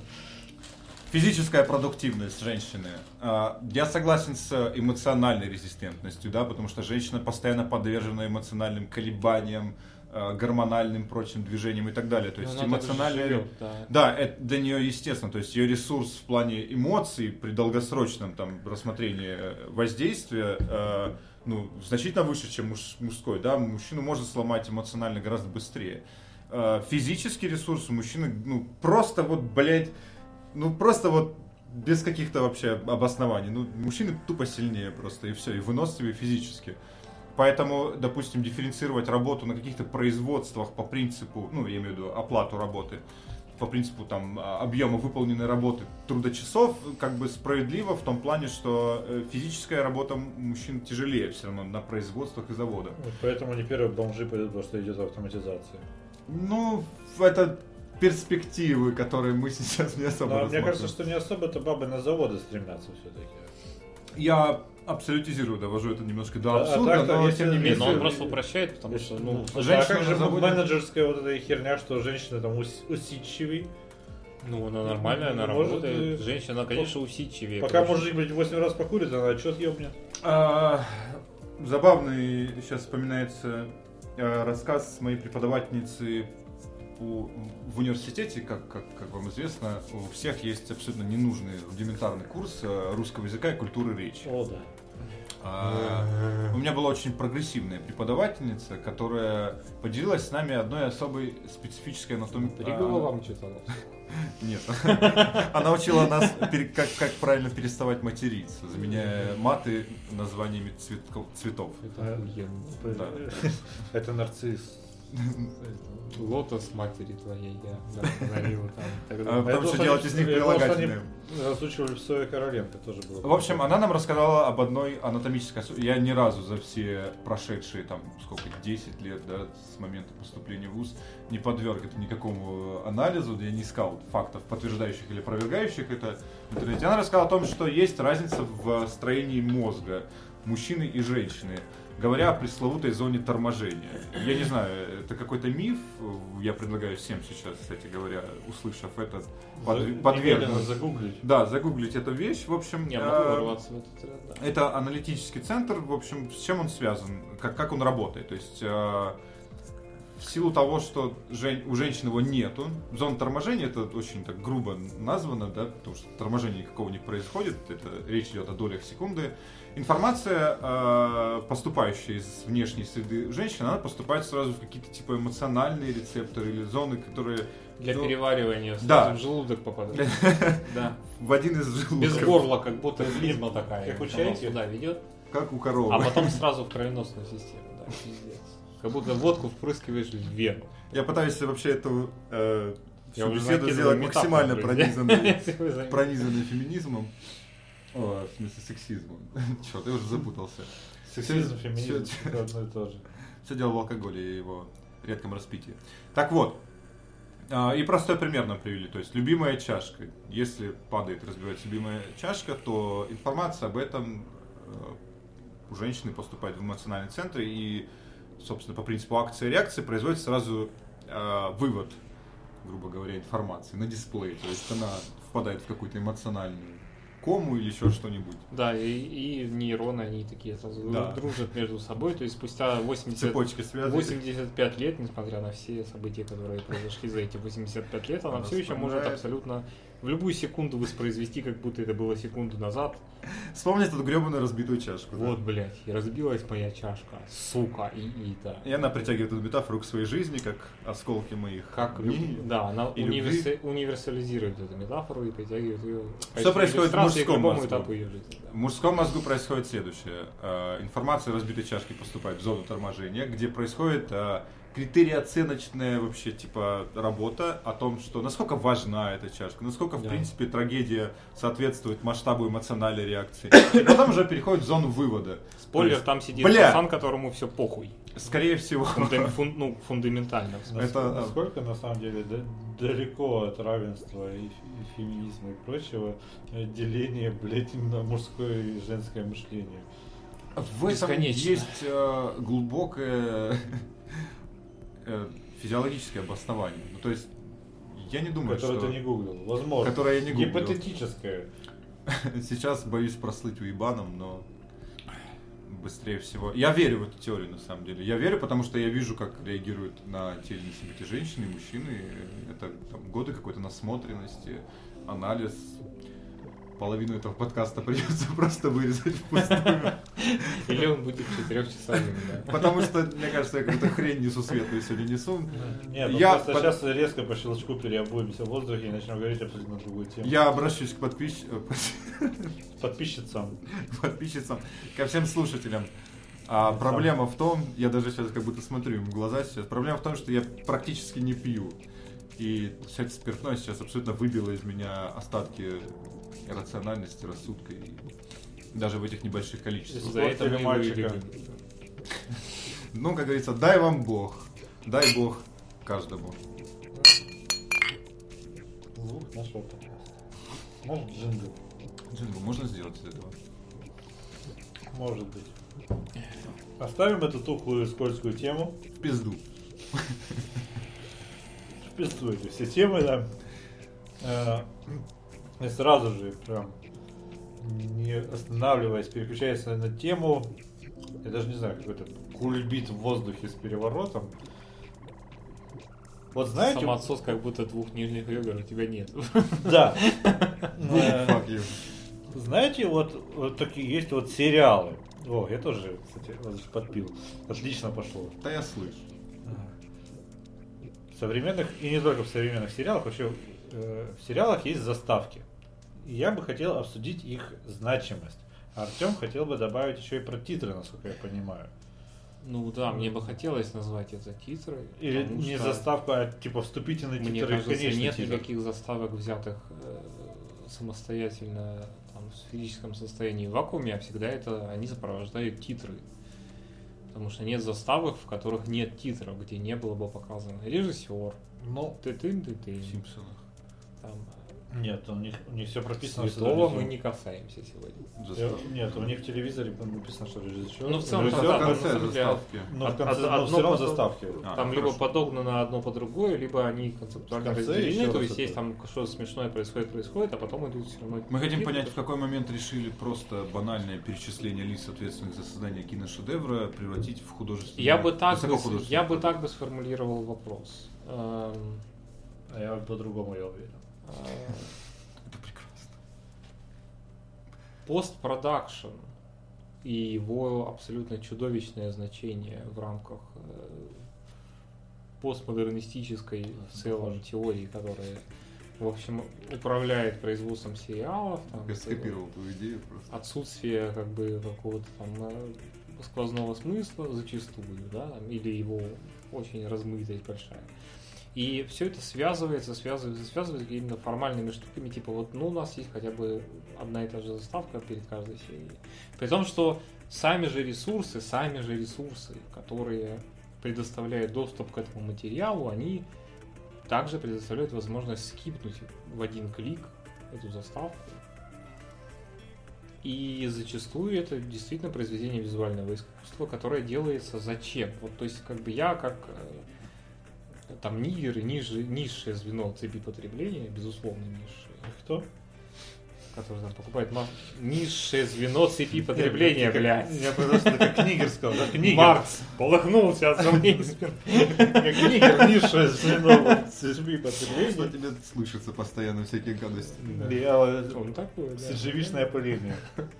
Физическая продуктивность женщины. Я согласен с эмоциональной резистентностью, да, потому что женщина постоянно подвержена эмоциональным колебаниям, гормональным прочим движениям и так далее. То есть эмоциональная... Да, это для нее естественно. То есть ее ресурс в плане эмоций при долгосрочном там рассмотрении воздействия ну, значительно выше, чем мужской. Да? Мужчину можно сломать эмоционально гораздо быстрее. Физический ресурс у мужчины, ну, просто вот, блядь, ну, просто вот без каких-то вообще обоснований. Ну, мужчины тупо сильнее просто, и все, и выносливее физически. Поэтому, допустим, дифференцировать работу на каких-то производствах по принципу, ну, я имею в виду оплату работы, по принципу там объема выполненной работы, трудочасов, как бы справедливо в том плане, что физическая работа мужчин тяжелее все равно на производствах и заводах. Вот поэтому не первые бомжи пойдут, потому что идет автоматизация. Ну, это перспективы, которые мы сейчас не особо рассматриваем. Мне кажется, что не особо-то бабы на заводы стремятся все-таки. Я абсолютизирую, довожу это немножко до абсурда, но тем не менее. Но он просто упрощает, потому что, ну, а как же менеджерская вот эта херня, что женщина там усидчивый? Ну, она нормальная, она работает. Женщина, конечно, усидчивее. Пока мужик, блядь, 8 раз покурит, она отчет ебнет. Забавный сейчас вспоминается рассказ моей преподавательницы в университете, как вам известно, у всех есть абсолютно ненужный рудиментарный курс русского языка и культуры речи. О, да. У меня была очень прогрессивная преподавательница, которая поделилась с нами одной особой специфической анатомией. Ригова вам читала? Нет. Она учила нас, как правильно переставать материться, заменяя маты названиями цветов. Это охуенно. Это нарцисс. Лотос матери твоей я подарил там. Потому что делать из них прилагательные. Разучивали Соя Короленко тоже было. В общем, она нам рассказала об одной анатомической... Я ни разу за все прошедшие, там, сколько, 10 лет, да, с момента поступления в ВУЗ не подверг это никакому анализу, я не искал фактов, подтверждающих или опровергающих это в интернете. Она рассказала о том, что есть разница в строении мозга мужчины и женщины, говоря о пресловутой зоне торможения. Я не знаю, это какой-то миф, я предлагаю всем сейчас, кстати говоря, услышав это, подвергнуть. Загуглить. Да, загуглить эту вещь. В общем, Я могу ворваться в этот ряд, да. это аналитический центр, в общем, с чем он связан, как он работает. То есть в силу того, что у женщин его нету, зона торможения, это очень так грубо названо, да, потому что торможения никакого не происходит, это речь идет о долях секунды. Информация, поступающая из внешней среды женщины, она поступает сразу в какие-то типа эмоциональные рецепторы или зоны, которые... Для переваривания да. в желудок попадает. Да. В один из желудков. Без горла, как будто клизма такая. Как у чайки? Сюда ведет. Как у коровы. А потом сразу в кровеносную систему. Да, пиздец. Как будто водку впрыскиваешь в вену. Я пытаюсь вообще эту беседу уже сделать максимально пронизанной пронизанной феминизмом. О, в смысле сексизмом. Черт, я уже запутался. Сексизм, феминизм, это одно и то же. Все дело в алкоголе и его редком распитии. Так вот, и простой пример нам привели. То есть, любимая чашка. Если падает и разбивается любимая чашка, то информация об этом у женщины поступает в эмоциональный центр, и, собственно, по принципу акции и реакции производится сразу вывод, грубо говоря, информации на дисплей. То есть она впадает в какую-то эмоциональную кому или еще что-нибудь. Да, и нейроны, они такие сразу дружат между собой. То есть спустя 85 лет, несмотря на все события, которые произошли за эти 85 лет, она все еще может абсолютно в любую секунду воспроизвести, как будто это было секунду назад. Вспомни эту гребаную разбитую чашку. Вот, да? Блядь, и разбилась моя чашка, сука, И она притягивает эту метафору к своей жизни, как осколки моих дней. Да, она универсализирует эту метафору и притягивает ее. Что происходит в мужском мозгу? Этапу ее жизни, да. В мужском мозгу происходит следующее. Информация о разбитой чашке поступает в зону торможения, где происходит критерий-оценочная вообще типа работа о том, что насколько важна эта чашка, насколько в принципе трагедия соответствует масштабу эмоциональной реакции. И потом уже переходит в зону вывода. Спойлер, там сидит пацан, которому все похуй. Скорее всего. Фундаментально. Насколько на самом деле далеко от равенства и феминизма и прочего деление, блядь, на мужское и женское мышление. В этом есть глубокое физиологическое обоснование. Ну, то есть, я не думаю, которое ты не гуглил. Возможно. Которое я не гуглил. Гипотетическое. Сейчас боюсь прослыть уебаном, но быстрее всего. Я верю в эту теорию, на самом деле. Я верю, потому что я вижу, как реагируют на те или иные события женщины и мужчины. Это там, годы какой-то насмотренности, анализ. Половину этого подкаста придется просто вырезать впустую. Или он будет 4-часовым, да. Потому что, мне кажется, я какую-то хрень несу светлую сегодня несу. Нет, просто сейчас резко по щелчку переобуемся в воздухе и начнем говорить абсолютно другую тему. Я обращусь к подписчицам, ко всем слушателям. Проблема в том, я даже сейчас как будто смотрю им в глаза сейчас, проблема в том, что я практически не пью. И все это спиртное сейчас абсолютно выбило из меня остатки рациональности, рассудка, и даже в этих небольших количествах. За это мальчика. Ну, как говорится, дай вам Бог. Дай Бог каждому. Звук нашего подкаста. Может, джингл? Джингл можно сделать из этого? Может быть. Оставим эту тухлую скользкую тему. В пизду. В пизду эти все темы, да. И сразу же, прям, не останавливаясь, переключаясь на тему, я даже не знаю, какой-то кульбит в воздухе с переворотом. Вот знаете... Самоотсос, как будто двух нижних ребер у тебя нет. Да. Знаете, вот такие есть вот сериалы. О, я тоже, кстати, подпил. Отлично пошло. Да я слышу. В современных, и не только в современных сериалах, вообще в сериалах есть заставки. И я бы хотел обсудить их значимость. А Артем хотел бы добавить еще и про титры, насколько я понимаю. Ну да, мне бы хотелось назвать это титры. Или не заставка, а типа вступительный титр. Мне кажется, нет титр. никаких заставок, взятых самостоятельно там, в физическом состоянии в вакууме, а всегда это они сопровождают титры. Потому что нет заставок, в которых нет титров, где не было бы показано режиссер. Ну, ты-ты-ты-ты. В Симпсонах. Там, Нет, у них все прописано. Святого мы не касаемся сегодня. Нет, у них в телевизоре написано, что режиссер. Ну, в целом, в конце заставки. Но в конце, но все равно заставки. Там либо подогнано одно по другое, либо они концептуально разделены, то есть есть там что-то смешное происходит, а потом идут все равно... Мы хотим понять, в какой момент решили просто банальное перечисление лиц, ответственных за создание киношедевра, превратить в художественный... Я бы так бы сформулировал вопрос. А я по-другому его верю. Это прекрасно. Постпродакшн и его абсолютно чудовищное значение в рамках постмодернистической в целом теории, которая, в общем, управляет производством сериалов. Я скопировал твою идею просто. Отсутствие как бы какого-то там сквозного смысла зачастую, да, или его очень размытость большая. И все это связывается какими-то формальными штуками, типа вот, ну, у нас есть хотя бы одна и та же заставка перед каждой серией. При том, что сами же ресурсы, которые предоставляют доступ к этому материалу, они также предоставляют возможность скипнуть в один клик эту заставку. И зачастую это действительно произведение визуального искусства, которое делается зачем? Вот, то есть, как бы я, как там нигеры, низшее звено цепи потребления, безусловно, низшее. Кто? Который там покупает низшее звено цепи потребления, блядь. Я просто как нигер сказал, как нигер. Маркс полыхнулся от сомнений. Как нигер, низшее звено цепи потребления. Что тебе слышится постоянно всякие гадости? Он такой, да. Сиджевичное опыление.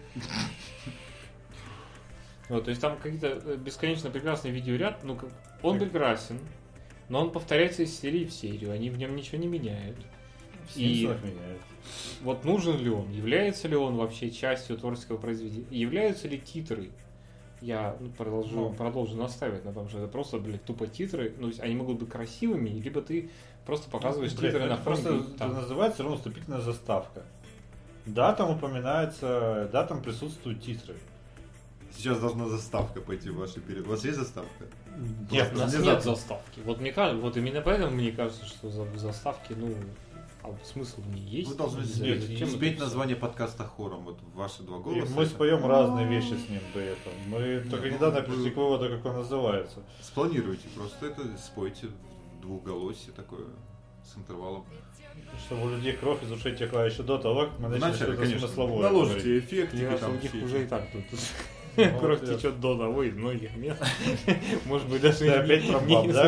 Вот, то есть там какие-то бесконечно прекрасный видеоряд, ну, он прекрасен, но он повторяется из серии в серию, они в нем ничего не меняют. И меняют. Вот нужен ли он, является ли он вообще частью творческого произведения, являются ли титры? Я продолжу настаивать на том, что это просто, блядь, тупо титры, ну, они могут быть красивыми, либо ты просто показываешь титры на фоне. Просто это называется все равно вступительная заставка. Да, там упоминается, да, там присутствуют титры. Сейчас должна заставка пойти в вашей перед. У вас есть заставка? Нет, у нас нет заставки. Вот мне кажется, вот именно поэтому мне кажется, что заставки, ну, смысл в ней есть. Вы должны спеть название подкаста хором. Вот ваши два голоса. И мы споем разные вещи с ним дуэтом. Мы только недавно пришли к выводу, как он называется. Спланируйте, просто это спойте в двухголосье такое с интервалом. Чтобы у людей кровь из ушей текла еще до того, как мы начали что-то смысловое. Наложите эффект. У них уже и так тут. Кровь течет до того из многих мест. Может быть, даже опять пробаб, да?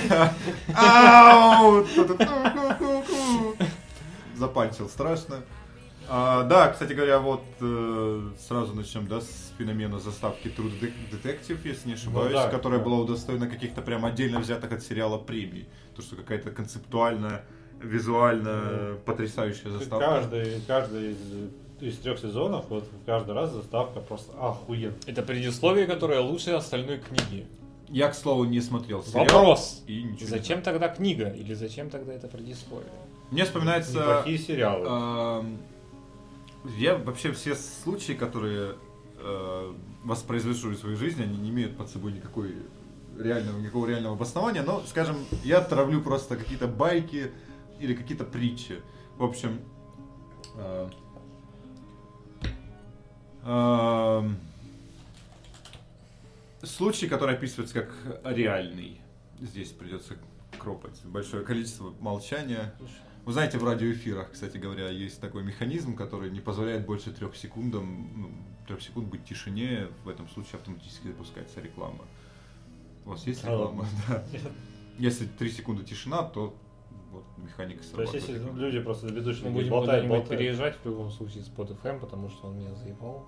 Запальчил страшно. Да, кстати говоря, вот сразу начнем, да, с феномена заставки True Detective, если не ошибаюсь, которая была удостоена каких-то прям отдельно взятых от сериала премий. То, что какая-то концептуальная, визуально потрясающая заставка. Каждый из 3 сезонов, вот каждый раз заставка просто охуенно. Это предисловие, которое лучше остальной книги. Я, к слову, не смотрел сериал. Вопрос. И ничего зачем не тогда книга? Или зачем тогда это предисловие? Мне вспоминается... Неплохие сериалы. Я вообще все случаи, которые воспроизвожу в своей жизни, они не имеют под собой никакого реального обоснования, но, скажем, я травлю просто какие-то байки или какие-то притчи. В общем... Случай, который описывается как реальный. Здесь придется кропать большое количество молчания. Вы знаете, в радиоэфирах, кстати говоря, есть такой механизм, который не позволяет больше 3 секунд быть в тишине. В этом случае автоматически запускается реклама. У вас есть реклама? Да. Если 3 секунды тишина, то вот механика срабатывает. То есть, если люди просто ведущие мы будем болтают. переезжать в любом случае с PodFM, потому что он меня заебал.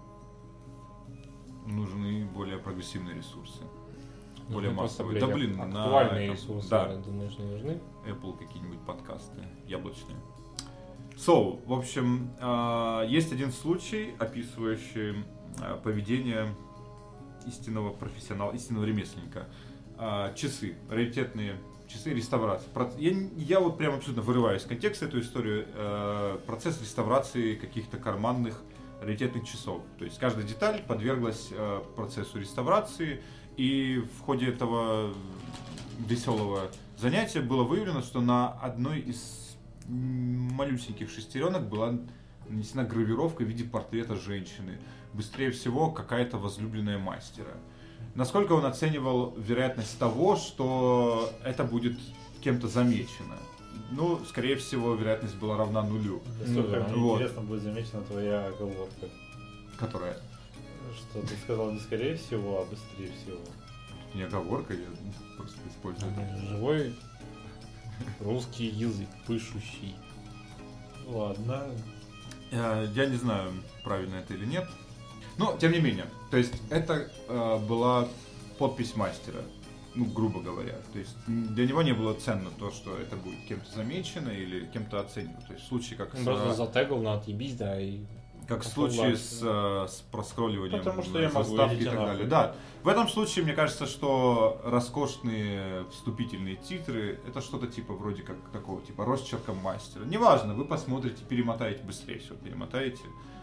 Нужны более прогрессивные ресурсы. Более массовые. Да блин, актуальные ресурсы, да. Думаешь, не нужны? Apple какие-нибудь подкасты, яблочные. В общем, есть один случай, описывающий поведение истинного профессионала, истинного ремесленника. Часы, раритетные часы реставрации. Я вот прям абсолютно вырываю из контекста эту историю. Процесс реставрации каких-то карманных раритетных часов. То есть каждая деталь подверглась процессу реставрации, и в ходе этого веселого занятия было выявлено, что на одной из малюсеньких шестеренок была нанесена гравировка в виде портрета женщины. Быстрее всего, какая-то возлюбленная мастера. Насколько он оценивал вероятность того, что это будет кем-то замечено? Ну, скорее всего, вероятность была равна нулю. Насколько мне интересно будет замечена твоя оговорка. Которая? Что ты сказал не скорее всего, а быстрее всего. Не оговорка, я просто использую. Живой русский язык, пышущий. Ладно. Я не знаю, правильно это или нет. Но, тем не менее, то есть это была подпись мастера, ну, грубо говоря. То есть для него не было ценно то, что это будет кем-то замечено или кем-то оценено. То есть в случае как он просто затегал на отъебись, да, и... Как в случае с проскролливанием потому что я могу заставки и идти так нахуй. далее. Да. В этом случае, мне кажется, что роскошные вступительные титры это что-то типа вроде как такого типа росчерка мастера. Неважно, вы посмотрите, перемотаете быстрее всего, перемотаете.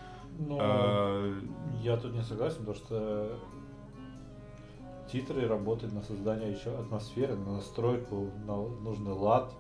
Я тут не согласен, потому что титры работают на создание еще атмосферы, на настройку, на нужный лад.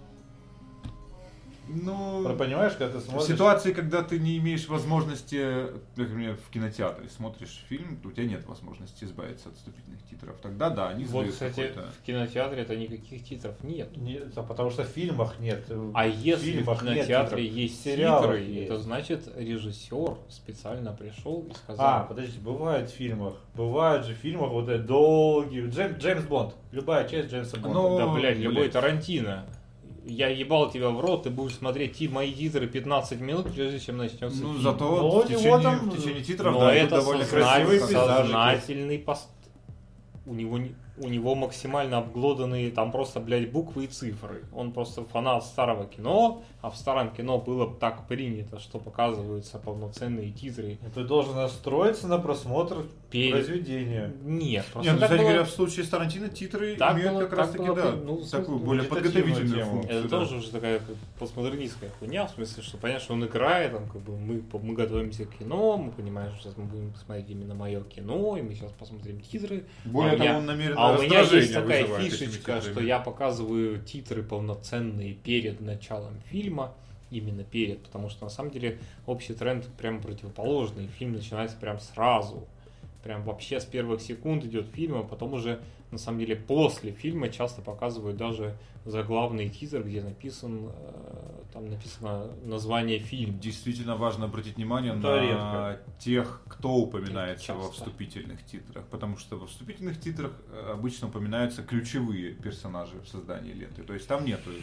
Ну, понимаешь, когда ты в смотришь... ситуации, когда ты не имеешь возможности, например, в кинотеатре смотришь фильм, то у тебя нет возможности избавиться от вступительных титров. Тогда да, они Вот, сдают кстати, какой-то... в кинотеатре это никаких титров нет. Нет, потому что в фильмах нет. А если в кинотеатре есть титры, есть. это значит режиссер специально пришел и сказал... Подождите, бывает в фильмах. Бывают же в фильмах вот это долгие... Джеймс Бонд. Любая часть Джеймса Бонда. Ну, да, блядь, любой Тарантино. Я ебал тебя в рот, ты будешь смотреть мои титры 15 минут, прежде чем начнется Ну, фильм. зато в течение титров, но да, это довольно красивые пейзажи. сознательный пост. У него максимально обглоданные там просто, блядь, буквы и цифры. Он просто фанат старого кино, а в старом кино было так принято, что показываются полноценные титры. Ты должен настроиться на просмотр произведения. Нет, просто Нет, так кстати было... говоря, в случае с Тарантино титры Так имеют было- как раз так таки, было, да, ну, такую смысле, более подготовительную тему. функцию. Это да. тоже уже такая как постмодернистская хуйня, в смысле, что понятно, что он играет, там, как бы мы готовимся к кино, мы понимаем, что сейчас мы будем смотреть именно мое кино, и мы сейчас посмотрим титры. Более у того, меня- он намеренно А у меня есть раздражение такая вызывает этими фишечка, титрами. что я показываю титры полноценные перед началом фильма, именно перед, потому что на самом деле общий тренд прямо противоположный, фильм начинается прям сразу. Прям вообще с первых секунд идет фильм, а потом уже, на самом деле, после фильма часто показывают даже заглавный титр, где написано название фильма. Действительно важно обратить внимание Это на редко. тех, кто упоминается Это во часто. вступительных титрах, потому что во вступительных титрах обычно упоминаются ключевые персонажи в создании ленты. То есть там нету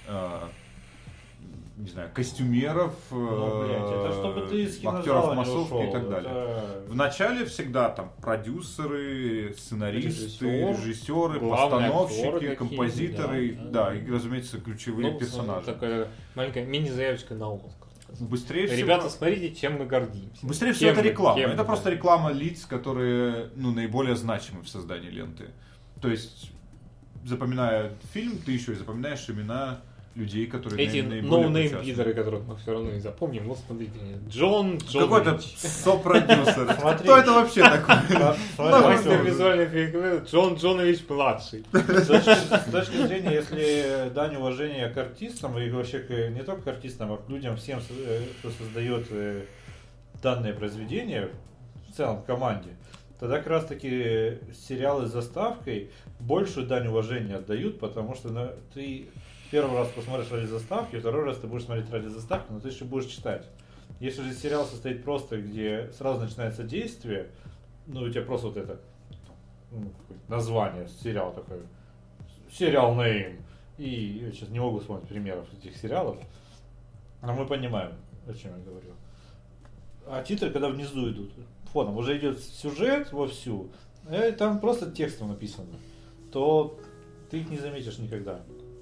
не знаю, костюмеров, Это чтобы ты из кинозала актеров не массовки ушел. и так далее. В начале всегда там продюсеры, сценаристы, режиссеры, главные постановщики, актеры композиторы, какие-нибудь, да, и, разумеется, ключевые персонажи. Такая маленькая мини-заявочка на Оскар. Быстрее всего... Ребята, смотрите, чем мы гордимся. Быстрее всего Кем это мы- реклама. кем Это мы, просто да. реклама лиц, которые наиболее значимы в создании ленты. То есть, запоминая фильм, ты еще и запоминаешь имена людей, которые Эти наиболее ноунейм причастны. пидоры, которых мы все равно не запомним, вот смотрите. Джон Какой-то Джонович. сопродюсер. Смотри. Кто это вообще такой? Мастер визуальных эффектов Джон Джонович младший. С точки зрения, если дань уважения к артистам и вообще не только к артистам, а к людям, всем, кто создает данное произведение, в целом в команде, тогда как раз таки сериалы с заставкой большую дань уважения отдают, потому что ты первый раз посмотришь ради заставки, второй раз ты будешь смотреть ради заставки, но ты еще будешь читать. Если же сериал состоит просто, где сразу начинается действие, у тебя просто вот это название сериала такое, сериал name, и я сейчас не могу вспомнить примеров этих сериалов, но мы понимаем, о чем я говорю. А титры, когда внизу идут, фоном, уже идет сюжет вовсю, и там просто текстом написано, то ты их не заметишь никогда.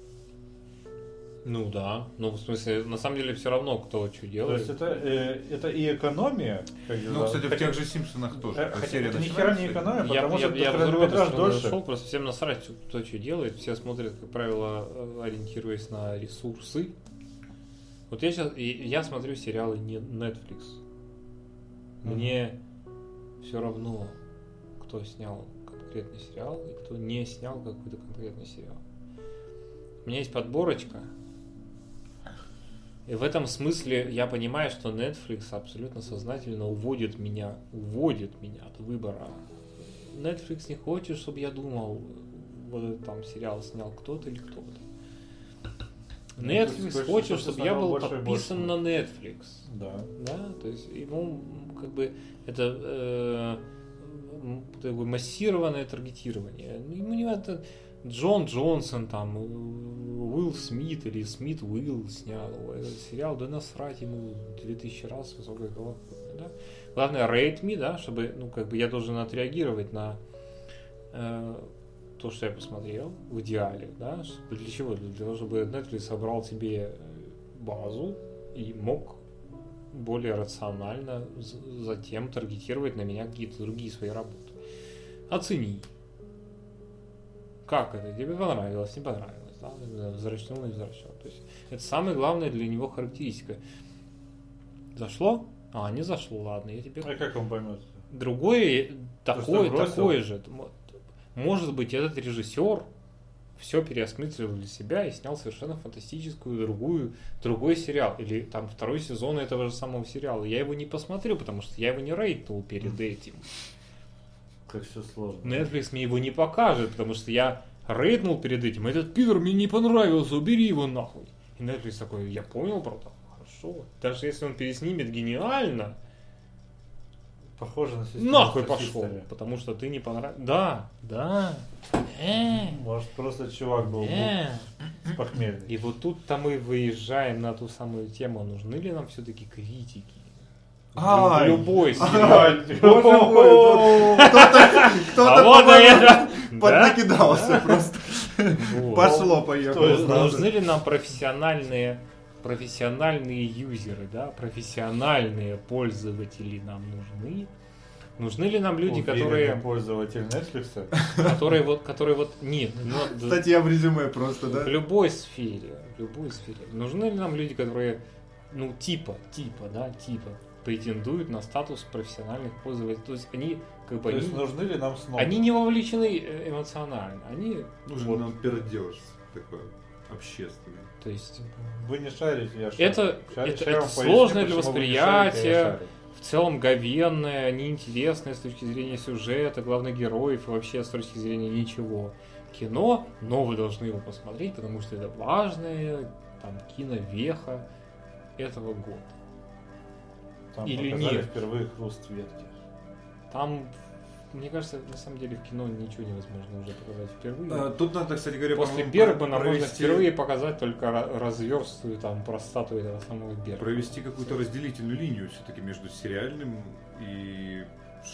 Ну да, в смысле, на самом деле все равно, кто что То делает. есть это и экономия. Кстати, в тех же Симпсонах тоже. Хотя Серия это ни хера не начинается, экономия, потому что я в другой хронометраж стороны дольше. шел, просто всем насрать, кто что делает, все смотрят, как правило, ориентируясь на ресурсы. Вот я смотрю сериалы не Netflix. Мне все равно, кто снял конкретный сериал и кто не снял какой-то конкретный сериал. У меня есть подборочка И в этом смысле я понимаю, что Netflix абсолютно сознательно уводит меня от выбора. Netflix не хочет, чтобы я думал, вот этот там сериал снял кто-то или кто-то. Netflix хочет, чтобы я был подписан на Netflix. Да. Да, то есть ему как бы это такое массированное таргетирование. Ему не надо Джон Джонсон, там, Уилл Смит или Смит Уилл снял этот сериал, да насрать ему 2000 раз высокой головой. Да? Главное, rate me, да, чтобы, ну, как бы я должен отреагировать на то, что я посмотрел в идеале, да, для чего? Для того, чтобы Netflix собрал тебе базу и мог более рационально затем таргетировать на меня какие-то другие свои работы. Оцени. Как это? Тебе понравилось, не понравилось, да? Возвращено, не возвращено. То есть это самая главная для него характеристика. Зашло? А, не зашло, ладно, я тебе... А как он поймет? Другое, такое же. Может быть, этот режиссер все переосмыслил для себя и снял совершенно фантастическую другой сериал. Или там 2 сезон этого же самого сериала. Я его не посмотрю, потому что я его не рейтнул перед этим. Как все сложно. Netflix мне его не покажет, потому что я рейтнул перед этим. Этот пидор мне не понравился, убери его нахуй. И Netflix такой, я понял, правда, хорошо. Даже если он переснимет гениально, похоже на систему. Нахуй пошел, потому что ты не понравился. Да. Может, просто чувак был с похмелья. И вот тут-то мы выезжаем на ту самую тему, нужны ли нам все-таки критики. Любой сериал. Боже мой, кто-то поднакидался просто. Пошло-поехало. Нужны ли нам профессиональные юзеры, да, профессиональные пользователи нам нужны? Нужны ли нам люди, которые... пользователи Netflix? Которые нет. Статья в резюме просто, да? В любой сфере. Нужны ли нам люди, которые, ну, типа, претендуют на статус профессиональных пользователей? То есть они как бы... То есть нужны ли нам снова? Они не вовлечены эмоционально. Они... Нужен нам пердеж такой общественный. То есть... Вы не шарите, я шарю. Это сложное для восприятия, в целом говенное, неинтересное с точки зрения сюжета, главных героев и вообще с точки зрения ничего. Кино, но вы должны его посмотреть, потому что это важная там киновеха этого года. Там или показали нет. Впервые хруст ветки. Там, мне кажется, на самом деле в кино ничего невозможно уже показать впервые. Тут надо, кстати говоря, После Бергмана можно впервые показать только разверстую там про статую этого самого Бергмана. Провести какую-то разделительную линию все-таки между сериальным и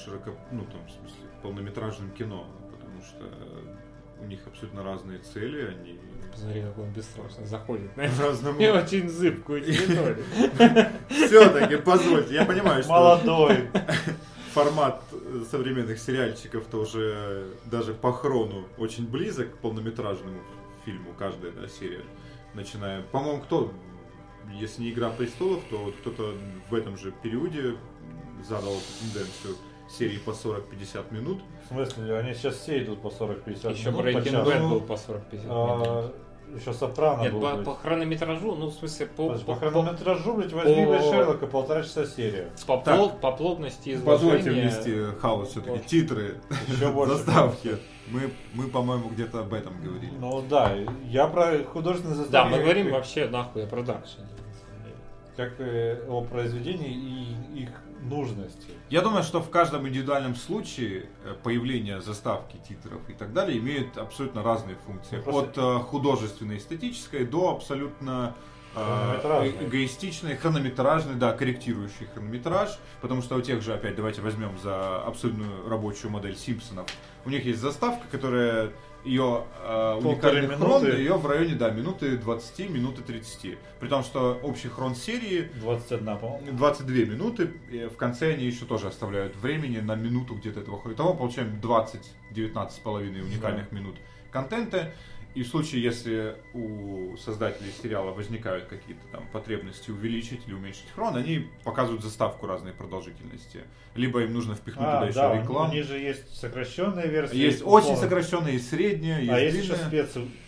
в смысле, полнометражным кино, потому что у них абсолютно разные цели, они... Посмотри, как он бесстрашно заходит на разному... и очень зыбкую территорию. Все-таки, позвольте, я понимаю, что... Молодой. Формат современных сериальчиков тоже даже по хрону очень близок к полнометражному фильму, каждая серия. Начиная, по-моему, если не «Игра престолов», то вот кто-то в этом же периоде задал тенденцию серии по 40-50 минут. В смысле, они сейчас все идут по 40-50 Еще минут. Breaking Bad был по 40-50 минут. Еще Сопрано Нет, был. по хронометражу, ну в смысле по хронометражу, блядь, возьми, блядь, Шерлока, 1,5 часа серия. По плотности изложения. Позвольте внести хаос все-таки. Титры, Еще больше заставки. Мы, по-моему, где-то об этом говорили. Ну да, я про художественные заставки. Да, мы говорим вообще нахуй о продакшене. Как о произведении и их нужности. Я думаю, что в каждом индивидуальном случае появление заставки, титров и так далее имеют абсолютно разные функции. От художественной, эстетической до абсолютно эгоистичной, хронометражной, да, корректирующей хронометраж. Потому что у тех же, опять, давайте возьмем за абсолютную рабочую модель Симпсонов. У них есть заставка, которая... Ее уникальный хрон, ее в районе, минуты 20, минуты 30. При том, что общий хрон серии 21, по-моему. 22 минуты. И в конце они еще тоже оставляют времени на минуту где-то этого хрона. Итого получаем 19,5 уникальных минут контента. И в случае, если у создателей сериала возникают какие-то там потребности увеличить или уменьшить хрон, они показывают заставку разной продолжительности. Либо им нужно впихнуть туда еще рекламу. У них же есть сокращенная версия. Есть очень сокращенная и средняя, есть длинная. Есть еще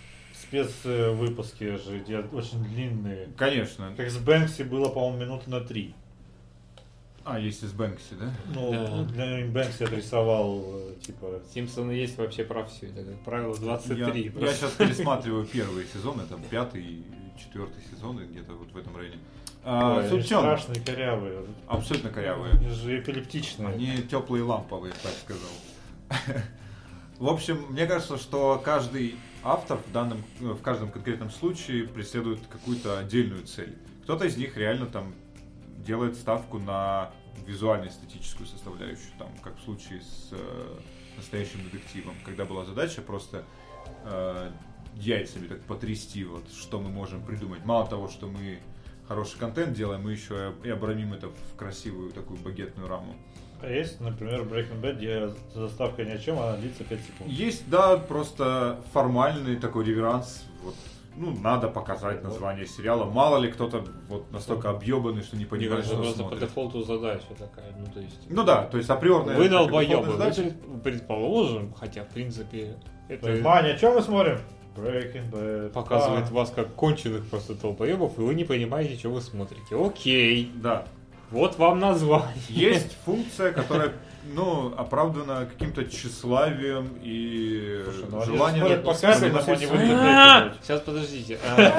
спецвыпуски же делают очень длинные. Конечно. Как с Бэнкси было, по-моему, минуты на 3. Если с Бэнкси, да? Ну, для Бэнкси отрисовал, типа... Симпсоны есть вообще про все. Это, как правило, 23. Я сейчас пересматриваю первые сезоны, там 5-й и 4-й сезоны, где-то вот в этом районе. Они страшные, корявые. Абсолютно корявые. Они же эпилептичные. Они теплые ламповые, так сказал. В общем, мне кажется, что каждый автор в каждом конкретном случае преследует какую-то отдельную цель. Кто-то из них реально там делает ставку на визуально-эстетическую составляющую, там, как в случае с настоящим детективом, когда была задача просто яйцами так потрясти, вот, что мы можем придумать. Мало того, что мы хороший контент делаем, мы еще и обрамим это в красивую такую багетную раму. А есть, например, Breaking Bad, где заставка ни о чем, она длится 5 секунд. Есть, да, просто формальный такой реверанс. Вот, надо показать название сериала. Мало ли кто-то вот настолько объебанный, что не понимает, что просто смотрит. по дефолту задача такая. То есть априорная. Вы долбоебы, предположим, хотя в принципе это... Маня, что мы смотрим? Breaking Bad. Показывает вас как конченых просто долбоебов, и вы не понимаете, что вы смотрите. Окей. Да. Вот вам название. Есть функция, которая, оправдана каким-то тщеславием и желанием... Нет, показывай, нам они будут Сейчас, подождите.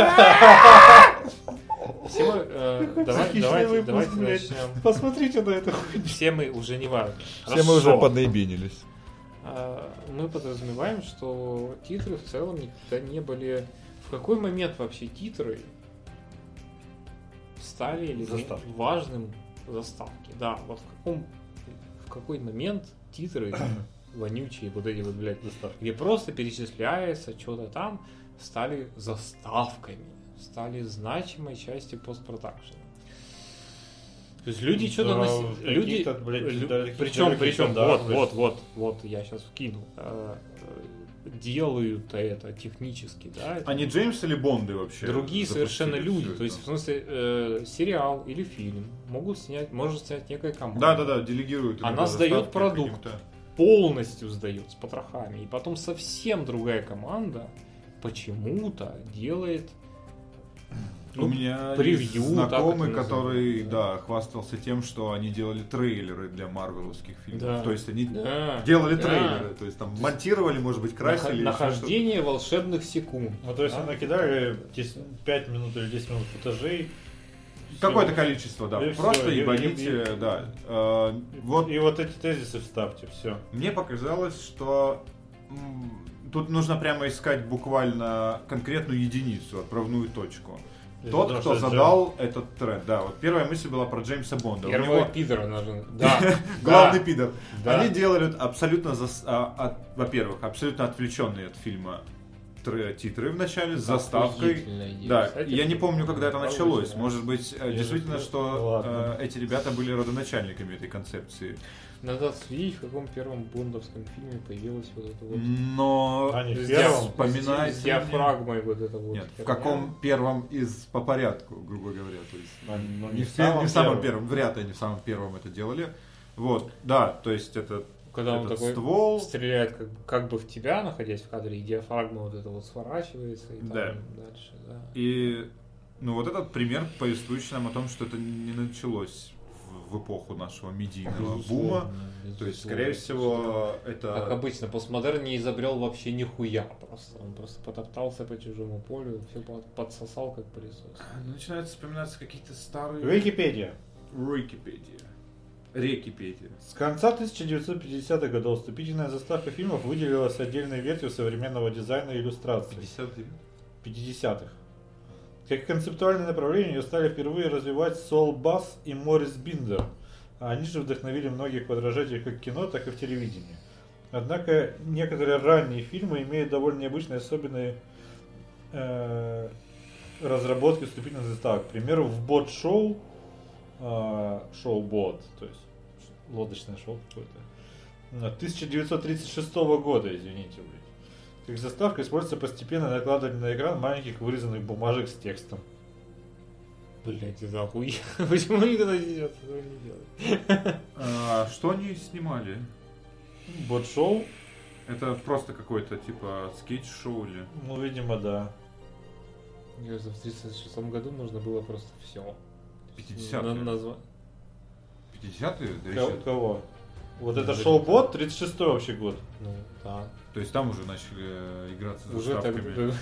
Давайте начнем. Посмотрите на это. Все мы уже не важно. Все мы уже поднаебенились. Мы подразумеваем, что титры в целом никогда не были... В какой момент вообще титры стали важным заставки? Да, вот в какой момент титры вонючие, вот эти вот, блядь, заставки, где просто перечисляется что-то там, стали заставками, стали значимой частью постпродакшена. То есть люди что-то причем, вот, я сейчас вкину. Делают это технически, да? Они Джеймс или Бонды вообще? Другие совершенно люди. То есть, в смысле, сериал или фильм может снять некая команда. Да, делегируют. Она сдает продукт, полностью сдает с потрохами. И потом совсем другая команда почему-то делает у меня превью, знакомый, который, хвастался тем, что они делали трейлеры для марвеловских фильмов. Да. То есть они делали трейлеры, то есть там монтировали, может быть, красили. Нахождение волшебных секунд. То есть они накидали 5 минут или 10 минут футажей. Какое-то количество, да. И просто все, ебаните, да. И вот эти тезисы вставьте, все. Мне показалось, что тут нужно прямо искать буквально конкретную единицу, отправную точку. Тот, кто задал этот тренд. Да, вот первая мысль была про Джеймса Бонда. Первый пидор нужен. Да. Главный пидор. Они делали абсолютно, во-первых, абсолютно отвлеченные от фильма титры в начале с заставкой. Да, я не помню, когда это началось. Может быть, действительно, что эти ребята были родоначальниками этой концепции. Надо следить, в каком первом бондовском фильме появилась вот эта вот... Но вспоминайте... С диафрагмой вот это вот. Нет, в каком первом по порядку, грубо говоря. То есть, не в самом первом, вряд ли они в самом первом это делали. Вот, да, то есть это... Когда он такой ствол стреляет как бы в тебя, находясь в кадре, и диафрагма вот это вот сворачивается и там дальше, да. И вот этот пример, повествующий нам о том, что это не началось в эпоху нашего медийного бума. То есть, скорее всего, это... Как обычно, постмодерн не изобрел вообще нихуя просто. Он просто потоптался по чужому полю, все подсосал как пылесос. Начинают вспоминаться какие-то старые... Википедия. Рекипедия. С конца 1950-х годов вступительная заставка фильмов выделилась отдельной ветвью современного дизайна и иллюстрации. 50-х. Как концептуальное направление ее стали впервые развивать Сол Басс и Моррис Биндер. А они же вдохновили многих подражателей как в кино, так и в телевидении. Однако некоторые ранние фильмы имеют довольно необычные особенные разработки вступительных заставок. К примеру, в бот-шоу, шоу-бот, то есть лодочное шоу какое-то, 1936 года, извините, блядь. Как заставка используется постепенно накладывание на экран маленьких вырезанных бумажек с текстом. Блять, это охуенно. Почему никогда не делают? Что они снимали? Бот-шоу? Это просто какой-то типа скетч-шоу или? Ну, видимо, да. Мне кажется, в 1936 году нужно было просто все. 50-е? 50-е? Да еще... Кого? Вот это шоу-бот, 36-й вообще год. Ну, да. То есть там уже начали играться с Уже заставками.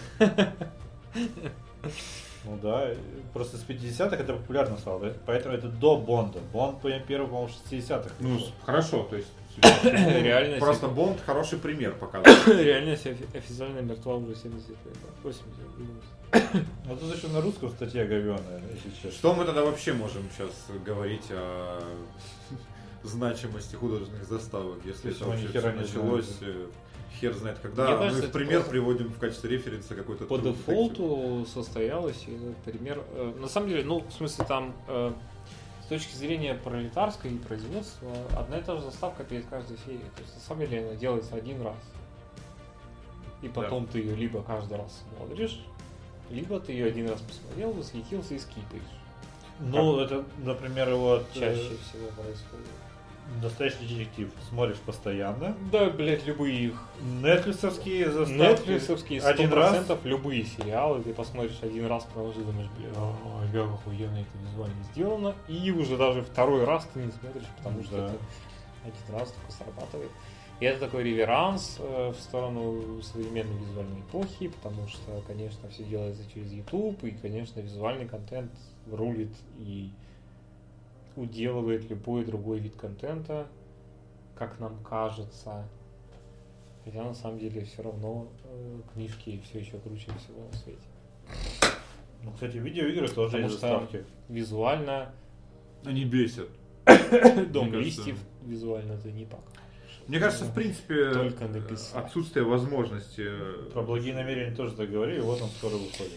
Ну да, просто с 50-х это популярно стало, да? Поэтому это до Бонда. Бонд первый, по-моему, в 60-х. Ну, хорошо, то есть... Реальность... Просто Бонд хороший пример показывает. Реальность официально мертва уже 70 лет. 80 лет. А тут еще на русском статья говёная, если честно. Что мы тогда вообще можем сейчас говорить о значимости художественных заставок, если это вообще все началось, хер знает когда. Мне Мы кажется, в пример приводим в качестве референса какой-то... По дефолту состоялось, и этот пример... На самом деле, ну, в смысле, там... С точки зрения пролетарской производства, одна и та же заставка перед каждой серией. То есть, на самом деле, она делается один раз. И потом ты ее либо каждый раз смотришь, либо ты ее один раз посмотрел, восхитился и скипаешь. Ну, это, например, вот... Чаще всего происходит. Настоящий детектив. Смотришь постоянно. Да, блядь, любые их. Нетфликсовские заставки. Нетфликсовские, 100% один раз. любые сериалы. Ты посмотришь один раз, потому что думаешь, блин, как охуенно это визуально сделано. И уже даже второй раз ты не смотришь, потому что это один раз только срабатывает. И это такой реверанс в сторону современной визуальной эпохи, потому что, конечно, все делается через YouTube, и, конечно, визуальный контент рулит и уделывает любой другой вид контента, как нам кажется. Хотя на самом деле все равно книжки все еще круче всего на свете. Ну, кстати, видеоигры тоже Потому есть что заставки. Визуально Они бесят. Дом Мне листьев визуально это не так. Мне кажется, в принципе, Только написать. отсутствие возможности... Про благие намерения тоже так говорили, вот он скоро выходит.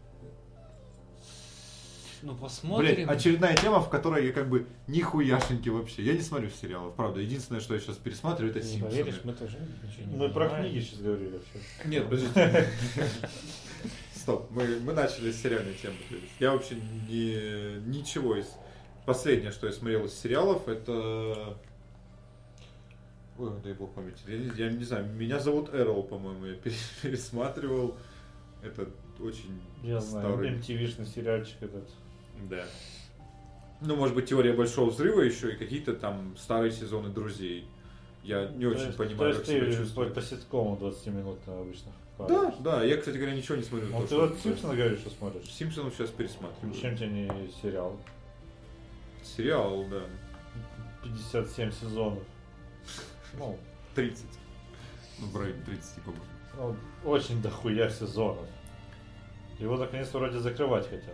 Ну посмотрим. Блин, очередная тема, в которой я как бы нихуяшеньки вообще. Я не смотрю сериалов, правда. Единственное, что я сейчас пересматриваю, это Не Симпсоны. поверишь, мы тоже ничего не Мы про понимаем. книги сейчас говорили вообще. Нет, подождите. Стоп, мы начали с сериальной темы. Я вообще ничего из... Последнее, что я смотрел из сериалов, это... Ой, дай бог памяти. Я не знаю, меня зовут Эрол, по-моему, я пересматривал. Это очень Я знаю, старый... MTV-шный сериальчик этот. Да. Ну, может быть, теория большого взрыва еще и какие-то там старые сезоны друзей. Я не очень понимаю, то как есть себя ты чувствую. по ситкому 20 минут обычно. Да, да, я, кстати говоря, ничего не смотрю. Ну, ты вот Симпсона говоришь, что смотришь? Симпсонов сейчас пересматриваю. Чем тебе не сериал? Сериал, да. 57 сезонов. Ну, 30. Ну, в районе 30, по-моему. ну, очень дохуя сезонов. Его наконец-то вроде закрывать хотят.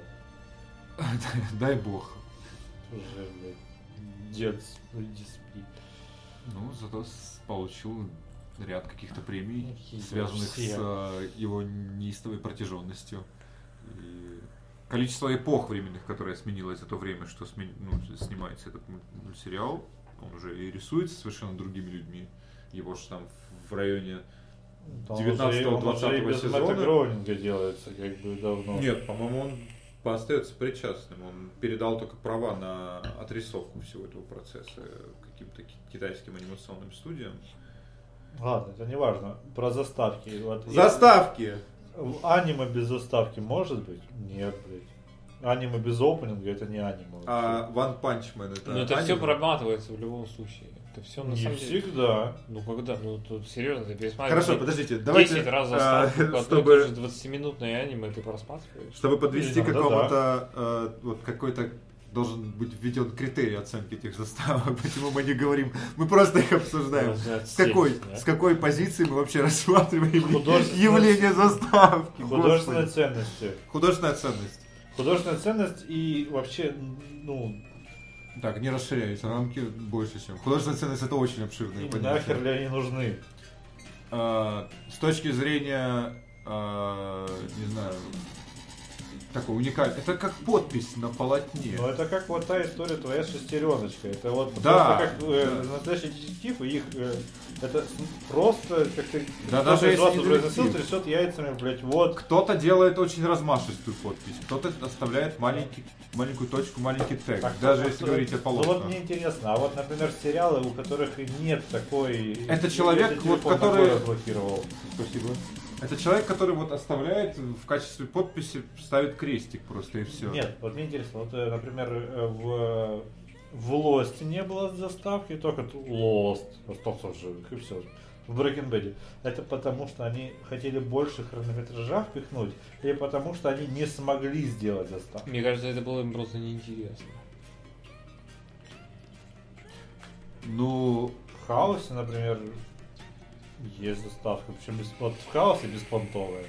Дай бог. Уже, блядь, дед, иди спи. Ну, зато получил ряд каких-то премий, Какие связанных все. с его неистовой протяженностью. И количество эпох временных, которое сменилось за то время, что снимается этот мультсериал, он уже и рисуется совершенно другими людьми. Его же там в районе 19-20 без сезона. Мэтта Гроунинга делается как бы давно. Нет, по-моему, он остается причастным. Он передал только права на отрисовку всего этого процесса каким-то китайским анимационным студиям. Ладно, это не важно. Про заставки. Вот Заставки! Аниме без заставки может быть? Нет, блядь. Аниме без опенинга это не аниме. А One Punch Man это Но это все аниме? проматывается в любом случае. Это все на Не самом деле. всегда. Ну когда? Ну тут серьезно, ты пересматриваешь. Хорошо, подождите, давайте, 10 раз заставку, одно и чтобы, то же 20-минутное аниме ты просматриваешь. чтобы подвести к Иногда какому-то, вот какой-то должен быть введен критерий оценки этих заставок, почему мы не говорим, мы просто их обсуждаем. С какой позиции мы вообще рассматриваем явление заставки? Художественная Господи. ценность. Художественная ценность. Художественная ценность и вообще, ну, Так, не расширяйте рамки больше, чем. Художественная ценность это очень обширное и понятие. нахер ли они нужны? С точки зрения, не знаю, такой уникальный. Это как подпись на полотне. Ну это как вот та история твоя с шестереночкой. Это вот Да, просто как настоящий детектив, и их это просто как ты Да, кто-то даже из если вас не произносил, детектив. трясет яйцами, блять, вот. Кто-то делает очень размашистую подпись, кто-то оставляет маленькую точку, маленький тег, Так, даже ну, если говорить о Ну полотнах. вот мне интересно, а вот, например, сериалы, у которых нет такой... Это человек, я вот, телефон который- такой разблокировал. Спасибо. Это человек, который вот оставляет в качестве подписи, ставит крестик просто и все. Нет, вот мне интересно, вот, например, в Lost не было заставки, только Lost остался в живых, и все. В Breaking Bad. Это потому, что они хотели больше хронометража впихнуть, или потому, что они не смогли сделать заставку? Мне кажется, это было им просто неинтересно. Ну, в Хаосе, например, есть заставка, причем в Хаосе беспонтовая.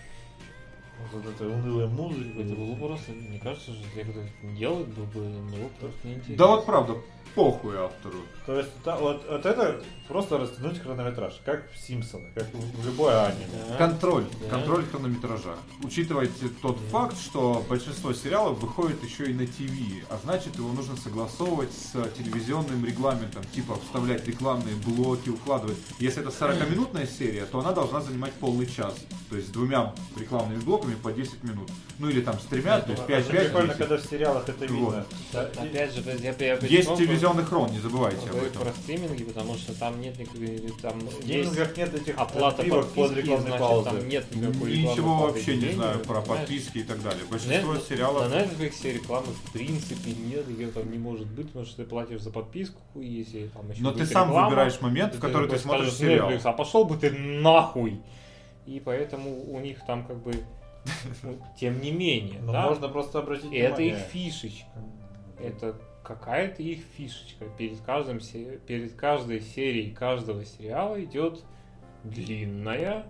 Вот этой унылой музыки. Это было просто, мне кажется, что если кто-то делает, было бы просто неинтересно. Да вот правда, похуй автору. То есть вот это просто растянуть хронометраж, как в Симпсонах, как в любой аниме. Да. Контроль Да. хронометража. Учитывайте тот факт, что большинство сериалов выходит еще и на ТВ, а значит его нужно согласовывать с телевизионным регламентом, типа вставлять рекламные блоки, укладывать. Если это 40-минутная серия, то она должна занимать полный час, то есть с 2 рекламными блоками по 10 минут. Ну или там с 3, то есть 5-5. Прикольно, когда в сериалах это видно. Вот. Да, Опять же, Есть телевизионный хрон, не забывайте об говорю этом. про стриминги, потому что там нет никаких, там В есть геймингах нет этих оплата отбивок под подписки, рекламной значит, паузы. там нет никакой Ничего рекламы по вообще не объявлению, знаю про понимаешь? подписки и так далее. Большинство На сериалов... Netflix рекламы в принципе нет, ее там не может быть, потому что ты платишь за подписку, и если там еще Но ты будет сам реклама, выбираешь момент, в который ты смотришь скажешь, сериал. Netflix, а пошел бы ты нахуй! И поэтому у них там как бы, ну, тем не менее, Но да, можно просто обратить это их внимание. фишечка. Это какая-то их фишечка. Перед каждой серией каждого сериала идет длинная,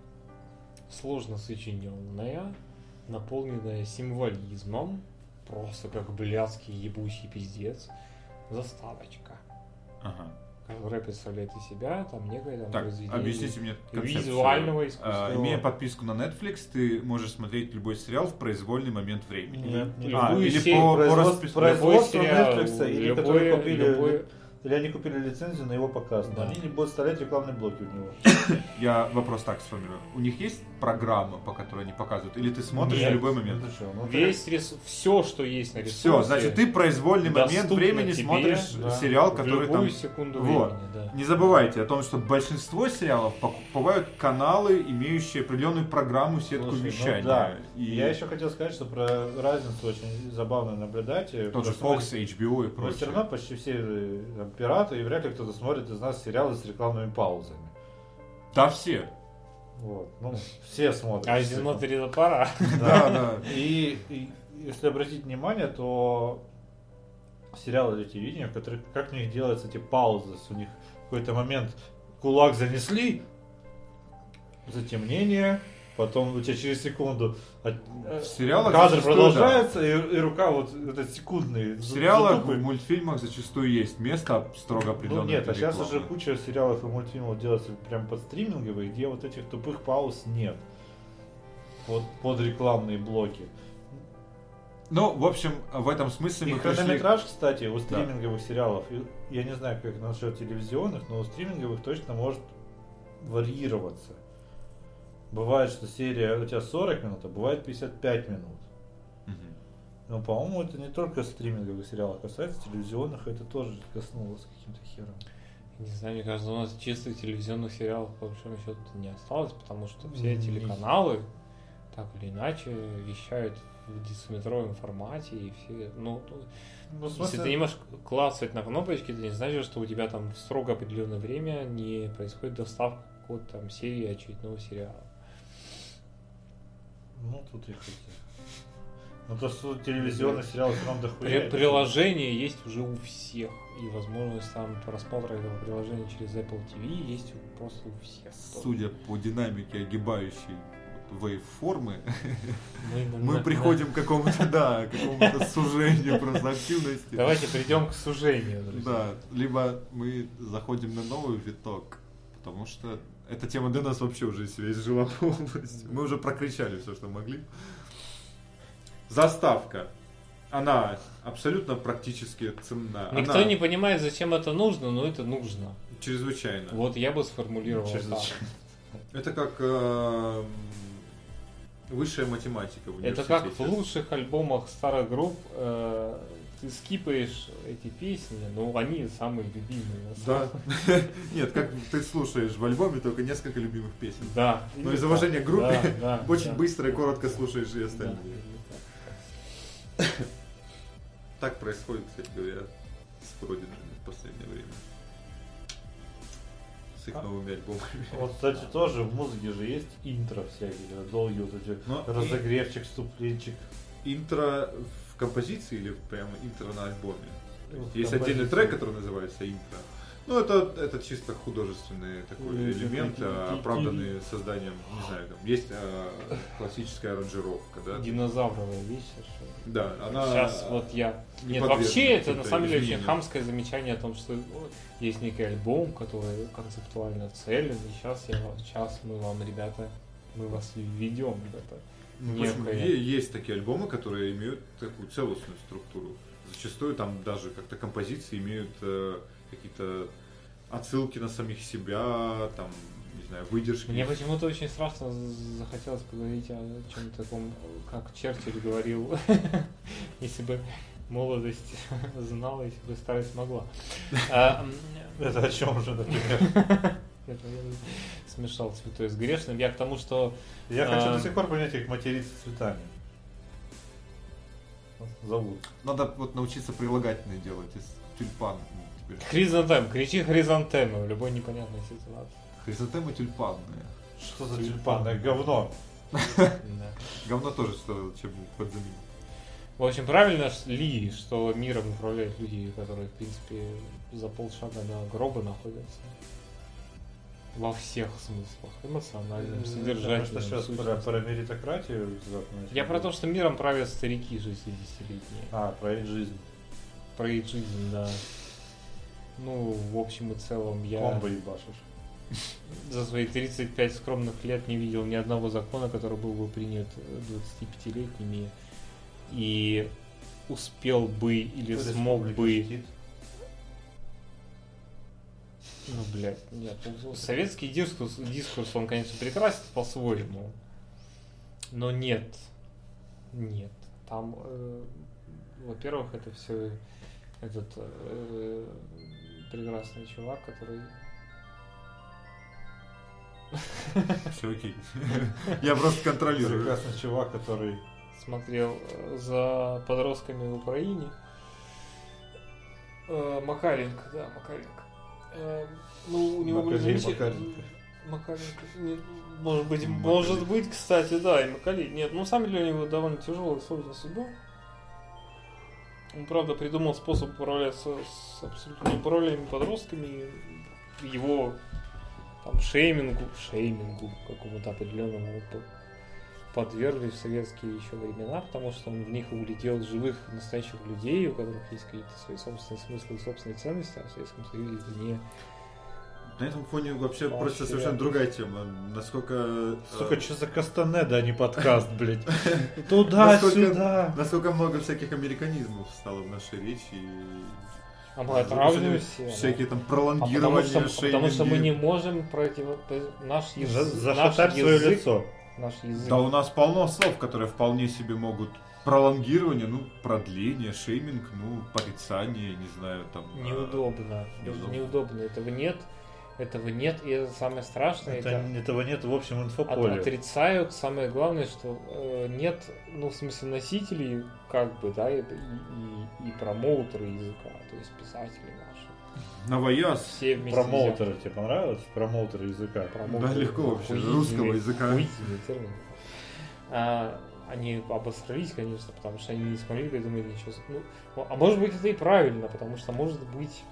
сложно сочиненная, наполненная символизмом, просто как блядский ебучий пиздец, заставочка, Ага. которая представляет из себя там некое там Так, произведение объясните мне концепцию. визуального искусства. Имея подписку на Netflix, ты можешь смотреть любой сериал в произвольный момент времени. Нет, не Любую или серию по производство любой Netflix, сериал, или любое- которые купили, любое- или они купили лицензию на его показ, но Да. они не будут вставлять рекламные блоки в него. Я вопрос так сформирую. У них есть программа, по которой они показывают? Или ты смотришь Нет. в любой момент? Ну ты что, ну Весь все, что есть на ресурсе. Все, значит, ты в произвольный момент доступно времени тебе, смотришь да, сериал, в который любую там... секунду Вот. времени, да. Не забывайте о том, что большинство сериалов покупают каналы, имеющие определенную программу, сетку Слушай, ну вещания. да. И Я еще хотел сказать, что про разницу очень забавно наблюдать. тот же Просто Fox, HBO и но прочее. все равно почти все там, пираты, и вряд ли кто-то смотрит из нас сериалы с рекламными паузами. Да, все. Вот. Ну, все смотрят. А все. изнутри это пора. Да, да. И если обратить внимание, то сериалы для телевидения, в которых как у них делаются эти паузы, у них в какой-то момент кулак занесли, затемнение, потом у тебя через секунду В сериалах кадр зачастую, продолжается, и рука вот этот секундный. В сериалах, затупы. в мультфильмах зачастую есть место строго Ну определенное. нет, а для сейчас рекламы. уже куча сериалов и мультфильмов делается прям под стриминговые, где вот этих тупых пауз нет. Под рекламные блоки. Ну, в общем, в этом смысле И мы пришли... хронометраж, кстати, у стриминговых сериалов, я не знаю, как насчет телевизионных, но у стриминговых точно может варьироваться. Бывает, что серия у тебя 40 минут, а бывает 55 минут. Мгм. Но, по-моему, это не только стриминговых сериалов касается, телевизионных это тоже коснулось каким-то хером. Не знаю, мне кажется, у нас чистых телевизионных сериалов по большому счету не осталось, потому что все Не- телеканалы так или иначе вещают в дециметровом формате и все, ну, Ну, в если смысле, ты не можешь клацать на кнопочки, это не значит, что у тебя там в строго определенное время не происходит доставка какой-то там серии очередного сериала. ну, тут и хотя. Ну, то, что телевизионный сериал все равно дохуя. Приложение есть уже у всех, и возможность там просмотра этого приложения через Apple TV есть просто у всех. Судя по динамике огибающей вейв-формы, Мы мы приходим к какому-то, да, какому-то сужению просто активности. Давайте придем к сужению, друзья. Да, либо мы заходим на новый виток, потому что эта тема для нас вообще уже себя изжила полностью. Мы уже прокричали все, что могли. Заставка. Она абсолютно практически ценна. Никто Она не понимает, зачем это нужно, но это нужно. чрезвычайно. Вот я бы сформулировал так. Чрезвычайно. Это как высшая математика в Это университете. как в лучших альбомах старых групп ты скипаешь эти песни, но они самые любимые. Да. Нет, как ты слушаешь в альбоме только несколько любимых песен. Да. Но из уважения к группе очень да. быстро и коротко слушаешь и остальные. Так происходит, кстати говоря, с Prodigy в последнее время. С их новыми альбомами. Вот, кстати, тоже в музыке же есть интро всякие, долгие вот эти разогревчик, вступленчик. Интро в композиции или прямо интро на альбоме? Есть композиции. отдельный трек, который называется интро. Ну, это чисто художественный такой элемент, оправданный созданием, не знаю, там есть классическая аранжировка, да? Динозавровая вещь. Да, она... Сейчас вот я... Нет, вообще это на самом деле очень хамское замечание о том, что есть некий альбом, который концептуально целен, и сейчас мы вам, ребята, мы вас введем в это. Есть такие альбомы, которые имеют такую целостную структуру. Зачастую там даже как-то композиции имеют какие-то отсылки на самих себя, там, не знаю, выдержки. Мне почему-то очень страшно захотелось поговорить о чем-то таком, как Черчилль говорил, если бы молодость знала, если бы старость могла. Это о чем же, например? Я смешал святое с грешным. Я к тому, что... Я хочу до сих пор понять, как материться цветами. Зовут. Надо вот научиться прилагательные делать из тюльпан. Хризантем, кричи хризантемы в любой непонятной ситуации. Хризантемы тюльпанные. Что за тюльпанное говно? Говно тоже что чем-нибудь подзаменить. В общем, правильно ли, что миром управляют люди, которые, в принципе, за полшага до гроба находятся? Во всех смыслах. Эмоциональном, содержательном. Потому что сейчас про меритократию. Я про то, что миром правят старики 60-летние. Про эйджизм. Про эйджизм, да. Ну, в общем и целом, я Комбо ебашишь. за свои 35 скромных лет не видел ни одного закона, который был бы принят 25-летними и успел бы или смог бы... Ну, блядь, нет. Советский дискурс, он, конечно, прекрасен по-своему. Но нет. Нет. Там, во-первых, это все этот прекрасный чувак, который... Все окей. Я просто контролирую. Прекрасный чувак, который... смотрел за подростками в Украине. Макаренко, да, Макаренко. Ну, у него были замечательные... Макаренко. Может быть, кстати, да, и Макалей. Нет, ну, на самом деле, у него довольно тяжелая сложная судьба. Он, правда, придумал способ управляться с абсолютно неуправляемыми подростками. Его там шеймингу какому-то определенному подвергли в советские еще времена, потому что он в них углядел живых, настоящих людей, у которых есть какие-то свои собственные смыслы и собственные ценности, а в Советском Союзе это не... На этом фоне вообще просто совершенно другая тема. Насколько... Сука, что за Кастанеда, а не подкаст, блядь? Туда-сюда. Насколько много всяких американизмов стало в нашей речи. А мы отравливаемся. Всякие там пролонгирования, шейминги. Потому что мы не можем наш язык... Зашатать свое лицо. Наш язык. Да, у нас полно слов, которые вполне себе могут пролонгирование, ну, продление, шейминг, ну, порицание, не знаю, там... Неудобно. Неудобно. Этого нет, и это самое страшное. Этого нет в общем инфополе. Отрицают. Самое главное, что нет, ну, в смысле, носителей, как бы, да, и промоутеры языка, то есть писатели наши. Новояз. Все вместе. Промоутеры тебе понравилось? Промоутеры языка? Да, легко вообще, русского языка. Термин. Они обосрались, конечно, потому что они не смогли придумать ничего. Ну, а может быть, это и правильно, потому что, может быть,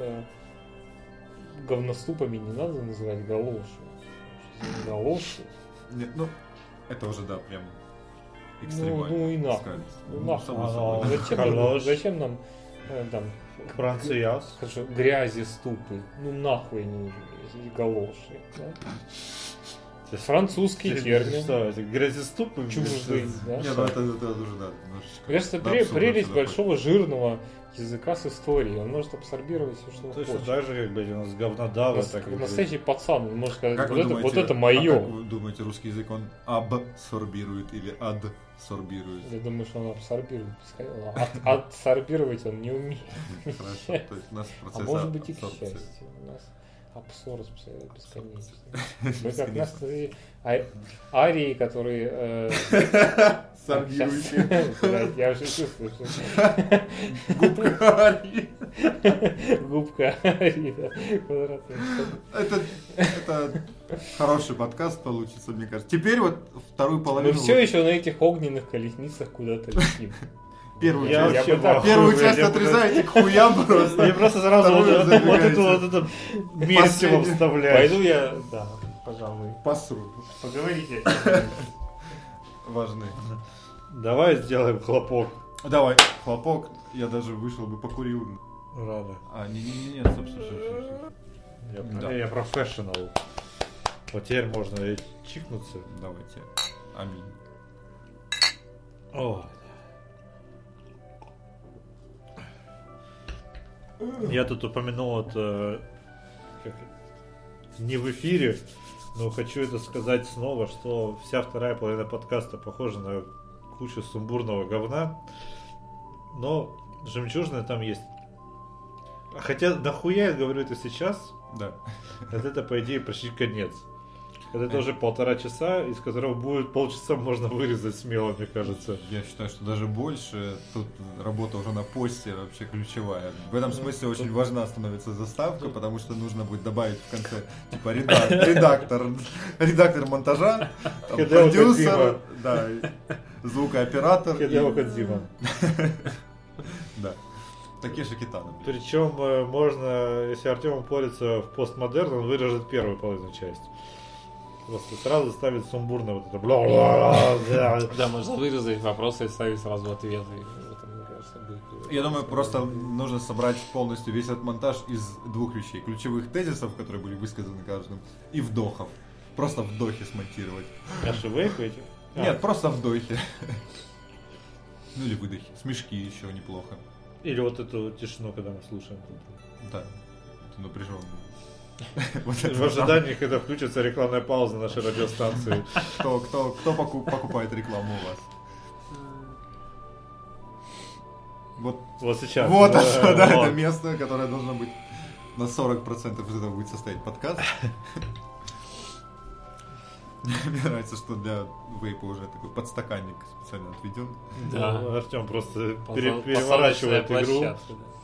говноступами не надо называть галоши. Галоши. Нет, ну, это уже, да, прям экстремально. Ну и нахуй. Зачем нам там Францияс. грязи ступы? Ну нахуй не нужны эти галоши. Да? Французский термин. Что, это грязеступы? Чуждый, да? Не, ну это уже, да, немножечко. Мне кажется, прелесть большого жирного языка с историей. Он может абсорбировать все, что Точно хочет. так же, как бы, у нас говнодавы. Настоящий пацан, он может сказать, Как вы вот думаете, это мое. как вы думаете, русский язык он абсорбирует или адсорбирует? Я думаю, что он абсорбирует. Адсорбировать он не умеет. Хорошо, то есть у нас А процесс может быть и к абсорбции. счастью. У нас абсорбция бесконечная. Мы как нас арии, которые... Сорбирующие. Блядь, я уже чувствую, что... Губка Арии. Губка арии, да. Квадратная. Это хороший подкаст получится, мне кажется. Теперь вот вторую Мы половину... все еще на этих огненных колесницах куда-то летим. Первую Я часть, вообще нахуй, первую блядь, часть я отрезаете к хуям просто. Мне просто сразу вот Вторую забегаете. это месиво Последний. вставляешь. Пойду я, да, пожалуй. Посру. Поговорите. Важны. Давай сделаем хлопок. Давай, хлопок. Я даже вышел бы покурил. Рано. Не, стоп. Да. Я профессионал. Вот теперь можно и чикнуться. Давайте. Аминь. О. Я тут упомянул это не в эфире, но хочу это сказать снова, что вся вторая половина подкаста похожа на кучу сумбурного говна, но жемчужина там есть. Хотя нахуя я говорю это сейчас, Да. это по идее почти конец. Это тоже 1,5 часа, из которого будет полчаса можно вырезать смело, мне кажется. Я считаю, что даже больше. Тут работа уже на посте вообще ключевая. В этом смысле очень важна становится заставка, потому что нужно будет добавить в конце типа редактор монтажа, там, Хидео продюсер, Кодзима. да, звукооператор. Хидео Кодзима. Да. Такие же китаны. Причем можно, если Артем упорится в постмодерн, он вырежет первую половину часть. Просто сразу ставит сумбурно вот это бла-бла-бла. Да, можно вырезать вопросы и ставить сразу ответы. Это, мне кажется, будет... Я думаю, просто нужно собрать полностью весь этот монтаж из двух вещей. Ключевых тезисов, которые были высказаны каждым, и вдохов. Просто вдохи смонтировать. Наши вейпы эти? Нет, просто вдохи. Ну или выдохи. Смешки еще неплохо. Или вот эту тишину, когда мы слушаем. Да. Это напряженно. В ожидании, когда включится рекламная пауза нашей радиостанции. Кто покупает рекламу у вас? Вот сейчас. Вот оно, да, это место, которое должно быть на 40% из этого будет состоять подкаст. Мне нравится, что для вейпа уже такой подстаканник специально отведен. Да. Артем просто переворачивает игру.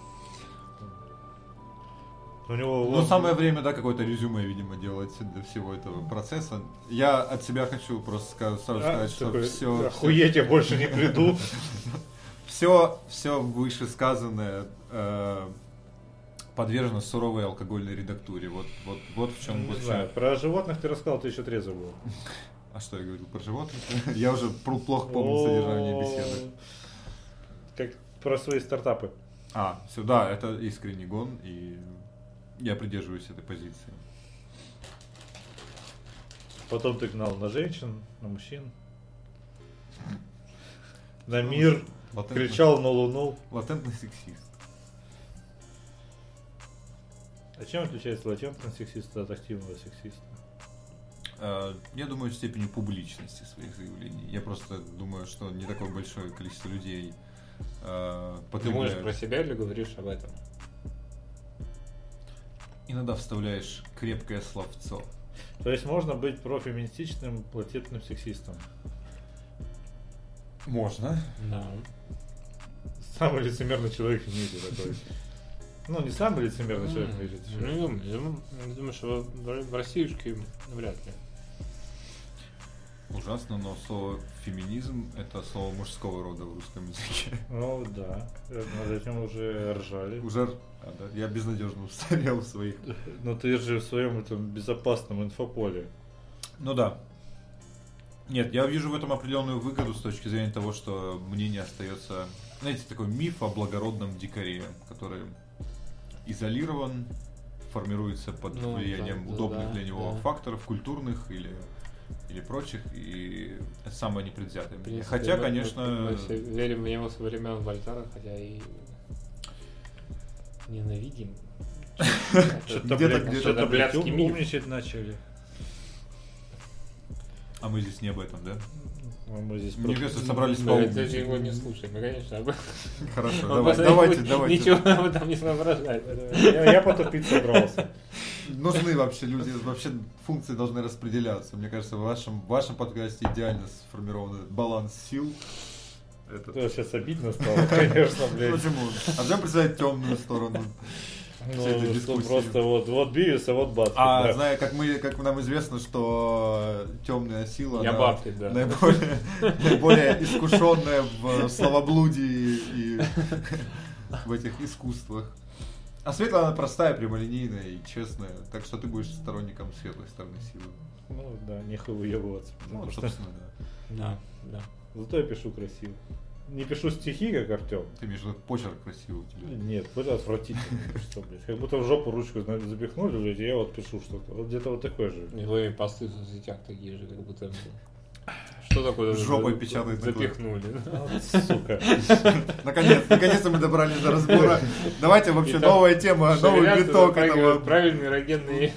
У него Ну, самое время, да, какое-то резюме, видимо, делать для всего этого процесса. Я от себя хочу просто сразу сказать, что все... Охуеть, я больше не приду. Все вышесказанное подвержено суровой алкогольной редактуре. Вот в чем Не вообще... знаю, про животных ты рассказал, ты еще трезвый был. А что я говорил про животных? Я уже плохо помню содержание беседы. Как про свои стартапы. Все, да, это искренний гон, и я придерживаюсь этой позиции. Потом ты гнал на женщин, на мужчин, на мир, кричал на луну. Латентный сексист. А чем отличается латентный сексист от активного сексиста? Я думаю, в степени публичности своих заявлений. Я просто думаю, что не такое большое количество людей потребляют. Ты думаешь про себя или говоришь об этом? Иногда вставляешь крепкое словцо. То есть можно быть профеминистичным латентным сексистом? Можно. Да. Самый лицемерный человек в мире такой. Ну, не самый лицемерный человек в мире. Я думаю, что в Россиюшке вряд ли. Ужасно, но слово феминизм — это слово мужского рода в русском языке. Ну да, над этим уже ржали. Уже, да, я безнадежно устарел в своих. Но ты же в своем этом безопасном инфополе. Ну да. Нет, я вижу в этом определенную выгоду с точки зрения того, что мнение остается... Знаете, такой миф о благородном дикаре, который изолирован, формируется под влиянием удобных для него факторов, культурных или или прочих, и это самое непредвзятое. принципе, Хотя, конечно... Мы все верим в него со времен Вольтара, хотя и ненавидим. Что-то, блядь, блядский миф. умничать начали. А мы здесь не об этом, да? Мы здесь Мне кажется, собрались Мы поумничать. даже его не слушаем, мы, конечно, об этом. Хорошо, Он просто давайте. Ничего об этом не соображает. Я потупить собрался. Нужны вообще люди, вообще функции должны распределяться. Мне кажется, в вашем подкасте идеально сформирован баланс сил. Это Сейчас обидно стало, конечно, блядь. почему? А зачем представить темную сторону? всей этой Ну, что дискуссии. просто вот Бивис, а вот Батфилд. А зная, как нам известно, что темная сила Я она Батфилд, да. наиболее искушенная в словоблудии и в этих искусствах. А светлая она простая, прямолинейная и честная, так что ты будешь сторонником светлой стороны силы. Ну да, нехуй выебываться. Ну, потому что- собственно, да. Да. Зато я пишу красиво. Не пишу стихи, как Артем. Ты имеешь в виду, почерк красивый у тебя. Нет, это отвратительно. Что, блядь. Как будто в жопу ручку запихнули, блядь, и я вот пишу что-то. Вот где-то вот такое же. И твои посты в соцсетях такие же, как будто... Что такое? С жопой печатает такое. Запихнули. Вот, сука. Наконец-то мы добрались до разбора. Давайте вообще И там новая тема, новый Шевелятся, виток затрагивают этого, правильные эрогенные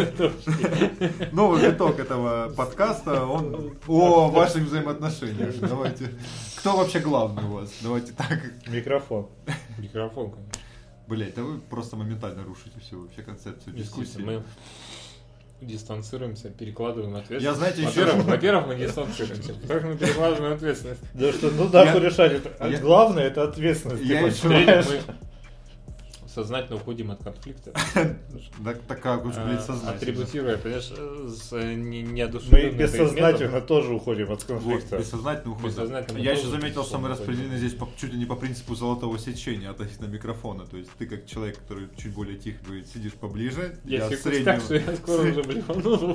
точки. новый виток этого подкаста, он о ваших взаимоотношениях. Давайте. Кто вообще главный у вас? Давайте так. Микрофон. Микрофон, конечно. Блять, да вы просто моментально рушите всю вообще концепцию дискуссии. Мы дистанцируемся, перекладываем ответственность. Я, знаете, еще- Во-первых, мы дистанцируемся. Во-вторых, мы перекладываем ответственность. Да что, ну да, Я- решать. Это, я- главное это ответственность. Я ты еще- понимаешь? В-третьих, мы сознательно уходим от конфликта. Так как уж, блядь, сознательно. Атрибутируя, понимаешь, с Мы неодушевленным бессознательно тоже уходим от Вот, конфликта. бессознательно уходит. Бессознательно Я еще тоже заметил, что мы уходим. распределены здесь чуть ли не по принципу золотого сечения относительно микрофона. То есть ты как человек, который чуть более тихо говорит, сидишь поближе. Я себе среднего- так, что я скоро уже блевану.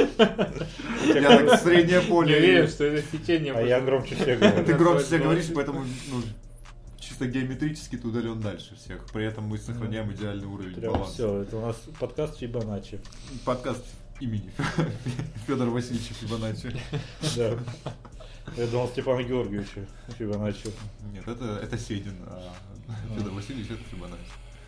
Я так среднее Не поле. уверен, что это течение. А я громче всех говорю. Ты громче всех говоришь, поэтому чисто геометрически ты удален дальше всех. При этом мы сохраняем идеальный уровень Прям баланса. все, это у нас подкаст Фибоначчи. Подкаст имени Федора Васильевича Фибоначчи. Да. Я думал, Степана Георгиевича Фибоначчи. Нет, это Седин, а Федор Васильевич это Фибоначчи.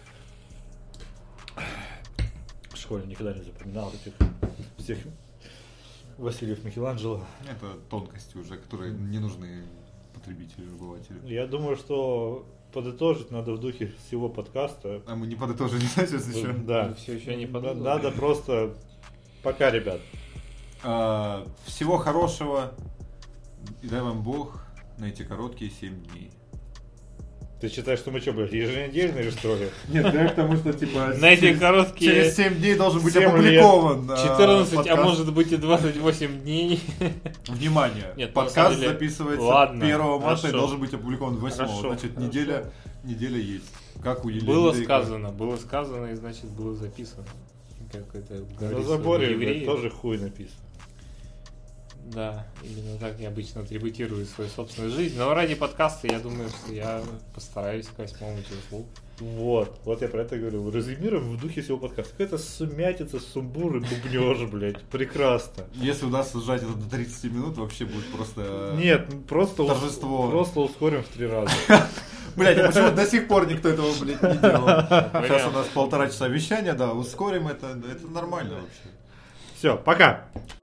В школе никогда не запоминал этих всех Васильев Микеланджело. Это тонкости уже, которые не нужны потребителю, обывателю. Я думаю, что подытожить надо в духе всего подкаста. А мы не подытожили, сейчас еще. Да. Все еще не Да, подумал. надо просто... Пока, ребят. Всего хорошего. И дай вам Бог на эти короткие 7 дней. Ты считаешь, что мы что, блядь, еженедельные, что ли? Нет, я к тому, что типа На эти короткие через 7 дней должен быть 7 лет, опубликован 14, а подкаст. может быть и 28 дней. Внимание, Нет, на подкаст самом деле- записывается Ладно, 1 марта и хорошо. должен быть опубликован 8. Хорошо, Значит, хорошо. неделя есть. Как у Елены Было Дейко. сказано, и значит было записано. Как это На говорится, заборе, у евреев. блядь, тоже хуй написано. Да, именно так я обычно атрибутирую свою собственную жизнь. Но ради подкаста я думаю, что я постараюсь к 8 числу. Вот я про это говорю. Резюмируем в духе всего подкаста. Какая-то сумятица, сумбур и бубнёж, блядь. Прекрасно. Если удастся сжать это до 30 минут, вообще будет просто... Нет, просто, Торжество. просто ускорим в 3 раза. Блядь, а почему до сих пор никто этого, блядь, не делал? Сейчас у Вариант. нас 1,5 часа вещания, да, ускорим это нормально вообще. Все, пока.